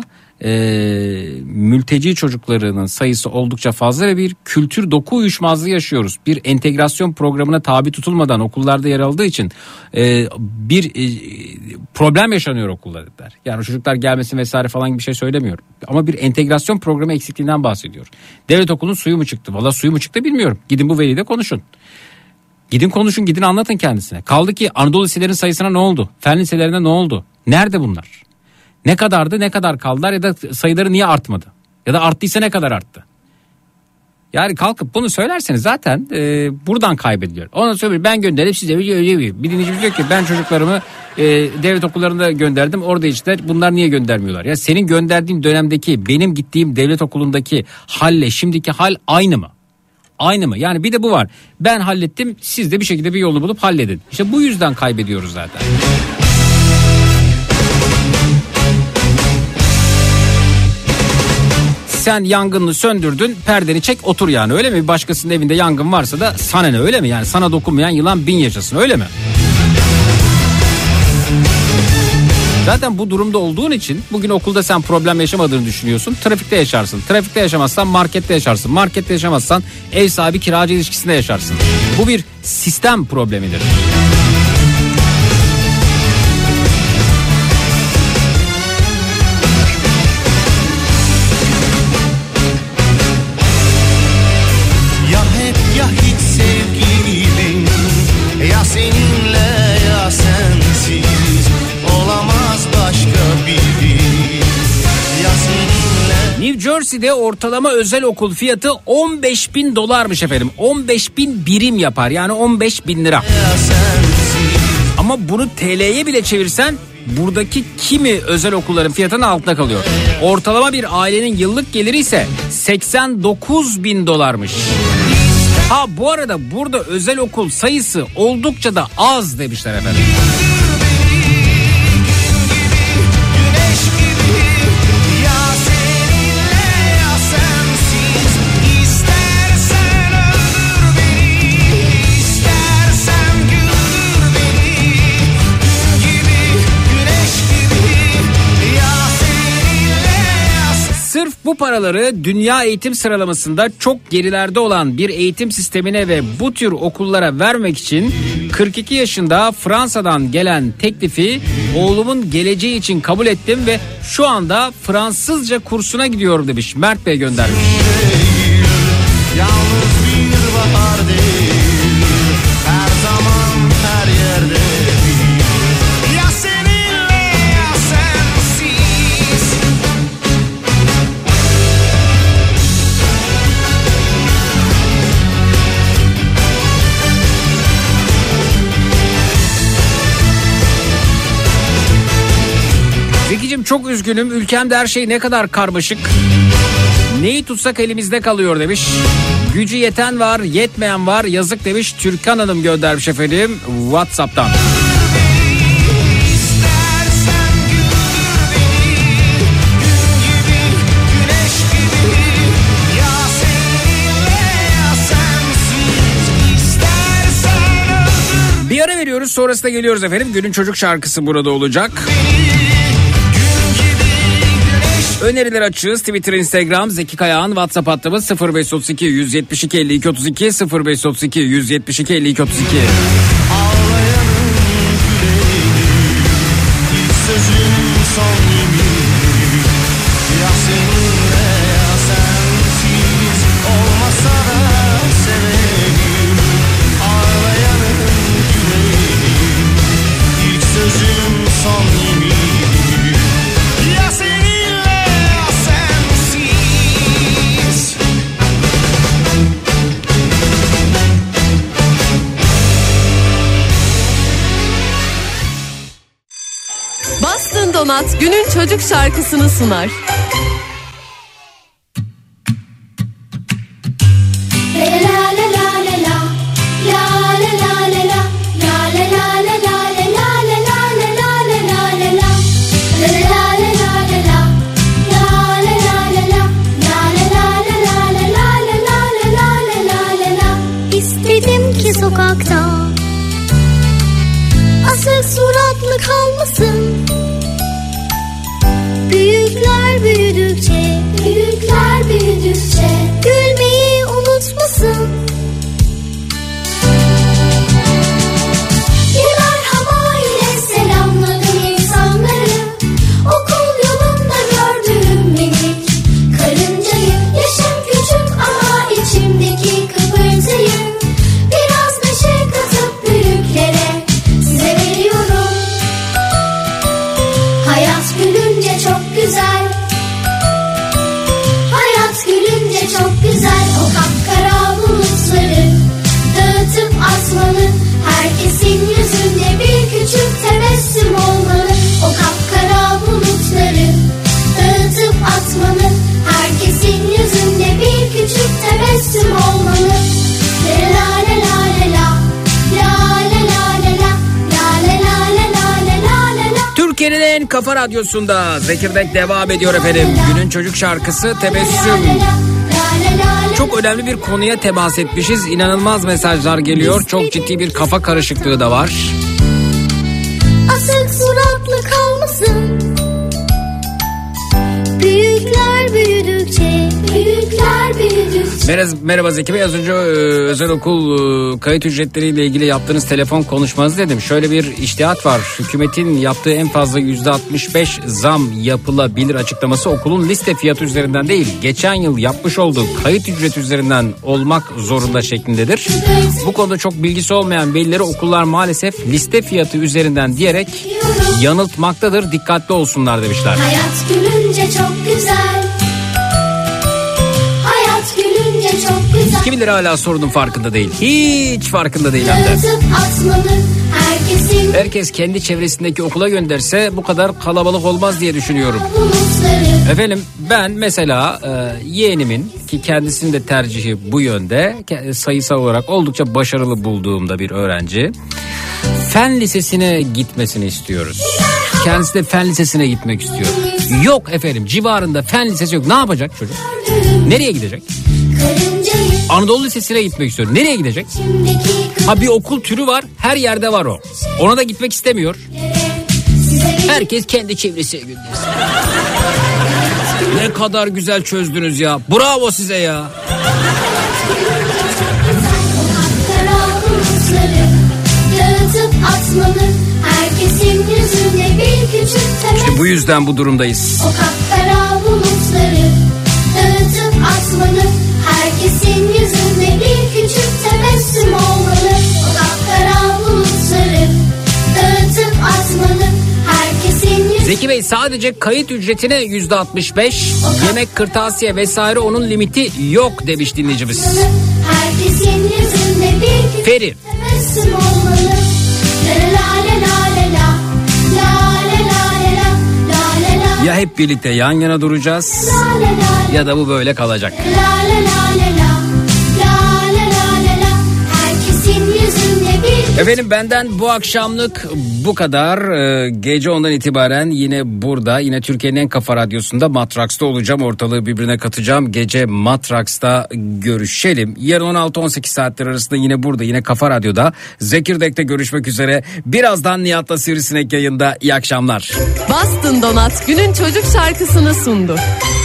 mülteci çocuklarının sayısı oldukça fazla ve bir kültür doku uyuşmazlığı yaşıyoruz. Bir entegrasyon programına tabi tutulmadan okullarda yer aldığı için bir problem yaşanıyor okulda dediler. Yani çocuklar gelmesin vesaire falan gibi bir şey söylemiyorum. Ama bir entegrasyon programı eksikliğinden bahsediyor. Devlet okulunun suyu mu çıktı? Valla suyu mu çıktı bilmiyorum. Gidin bu veliyle konuşun. Gidin konuşun, gidin anlatın kendisine. Kaldı ki Anadolu liselerinin sayısına ne oldu? Fen liselerine ne oldu? Nerede bunlar? Ne kadardı, ne kadar kaldılar ya da sayıları niye artmadı? Ya da arttıysa ne kadar arttı? Yani kalkıp bunu söylerseniz zaten buradan kaybediliyor. Ondan sonra ben gönderip size bir dinleyicimiz diyor ki ben çocuklarımı devlet okullarında gönderdim. Orada işte bunlar niye göndermiyorlar? Ya senin gönderdiğin dönemdeki benim gittiğim devlet okulundaki halle şimdiki hal aynı mı? Aynı mı? Yani bir de bu var. Ben hallettim, siz de bir şekilde bir yolunu bulup halledin. İşte bu yüzden kaybediyoruz zaten. Sen yangını söndürdün, perdeni çek otur yani, öyle mi? Bir başkasının evinde yangın varsa da sana ne, öyle mi? Yani sana dokunmayan yılan bin yaşasın, öyle mi? Zaten bu durumda olduğun için bugün okulda sen problem yaşamadığını düşünüyorsun. Trafikte yaşarsın. Trafikte yaşamazsan markette yaşarsın. Markette yaşamazsan ev sahibi kiracı ilişkisinde yaşarsın. Bu bir sistem problemidir. Ya hep ya hiç sevgilim, ya seninle ya sensiz. Olamaz başka biri, ya seninle. New Jersey'de ortalama özel okul fiyatı $15.000 efendim. 15.000 birim yapar, yani 15.000 lira. Ama bunu TL'ye bile çevirsen buradaki kimi özel okulların fiyatının altında kalıyor. Ortalama bir ailenin yıllık geliri ise $89.000'mış. Bu arada burada özel okul sayısı oldukça da az demişler efendim. Sırf bu paraları dünya eğitim sıralamasında çok gerilerde olan bir eğitim sistemine ve bu tür okullara vermek için 42 yaşında Fransa'dan gelen teklifi oğlumun geleceği için kabul ettim ve şu anda Fransızca kursuna gidiyorum demiş. Mert Bey göndermiş. Yalnız bir bahar değil, her zaman her yerde bir. Ya seninle ya sensiz. çok üzgünüm. Ülkemde her şey ne kadar karmaşık. Neyi tutsak elimizde kalıyor demiş. Gücü yeten var, yetmeyen var. Yazık demiş. Türkan Hanım göndermiş efendim WhatsApp'tan. Bir ara veriyoruz, sonrasında geliyoruz efendim. Günün çocuk şarkısı burada olacak. Öneriler açığız. Twitter, Instagram, Zeki Kayağan, WhatsApp hattımız 0532 172 52 32 0532 172 52 32. Boston Donat günün çocuk şarkısını sunar. İstedim ki sokakta asık suratlı kalmasın. Büyükler büyüdükçe, büyükler büyüdükçe gülmeyi unutmasın. Bir merhaba ile selamladım insanları. Okul yolunda gördüğüm minik karıncayı. Yaşım küçük ama içimdeki kıpırtıyı biraz neşe katıp büyüklere size veriyorum. Hayat gülünce çok güzel. Hayat gülünce çok güzel. O kapkara bulutları dağıtıp atmalı. Herkesin yüzünde bir küçük tebessüm olmalı. O kapkara bulutları dağıtıp atmalı. Herkesin yüzünde bir küçük tebessüm olmalı. La la la la la la la la la la la la la la. Türkiye'nin en kafa radyosunda Zekirdek devam ediyor efendim. Günün çocuk şarkısı Tebessüm. Çok önemli bir konuya temas etmişiz. İnanılmaz mesajlar geliyor. Çok ciddi bir kafa karışıklığı da var. Asık suratlı kalmasın. Büyükler büyüdükçe, büyükler büyüdükçe. Merhaba Zeki Bey, az önce özel okul kayıt ücretleriyle ilgili yaptığınız telefon konuşmanız dedim. Şöyle bir iştihat var. Hükümetin yaptığı en fazla %65 zam yapılabilir açıklaması okulun liste fiyatı üzerinden değil, geçen yıl yapmış olduğu kayıt ücret üzerinden olmak zorunda şeklindedir. Bu konuda çok bilgisi olmayan velileri okullar maalesef liste fiyatı üzerinden diyerek yanıltmaktadır. Dikkatli olsunlar demişler. Hayat gülünce çok güzel. Hayat gülünce çok güzel. Kimileri hala sorunun farkında değil. Hiç farkında değil hem de. Herkes kendi çevresindeki okula gönderse bu kadar kalabalık olmaz diye düşünüyorum. Efendim ben mesela yeğenimin, ki kendisinin de tercihi bu yönde, sayısal olarak oldukça başarılı bulduğumda bir öğrenci, fen lisesine gitmesini istiyoruz. Kendisi de fen lisesine gitmek istiyor. Yok efendim, civarında fen lisesi yok. Ne yapacak çocuk? Nereye gidecek? Anadolu Lisesi'ne gitmek istiyor. Nereye gidecek? Ha, bir okul türü var. Her yerde var o. Ona da gitmek istemiyor. Herkes kendi çevresine göndersin. Ne kadar güzel çözdünüz ya. Bravo size ya. İşte bu yüzden bu durumdayız. O kapkara bulutları dağıtıp atmalı. Herkesin yüzünde bir küçük tebessüm olmalı. O kapkara bulutları dağıtıp atmalı. Herkesin yüzünde... Zeki Bey, sadece kayıt ücretine %65, yemek, kırtasiye vesaire onun limiti yok demiş dinleyicimiz. Herkesin yüzünde bir küçük Feri. tebessüm olmalı. La la la la la la. Ya hep birlikte yan yana duracağız. Ya da bu böyle kalacak. Efendim benden bu akşamlık bu kadar. Gece 10'dan itibaren yine burada, yine Türkiye'nin en kafa radyosunda Matraks'ta olacağım. Ortalığı birbirine katacağım. Gece Matraks'ta görüşelim. Yarın 16-18 saatler arasında yine burada, yine Kafa Radyo'da Zekirdek'te görüşmek üzere. Birazdan Nihat'la Sivrisinek yayında. İyi akşamlar. Boston Donat günün çocuk şarkısını sundu.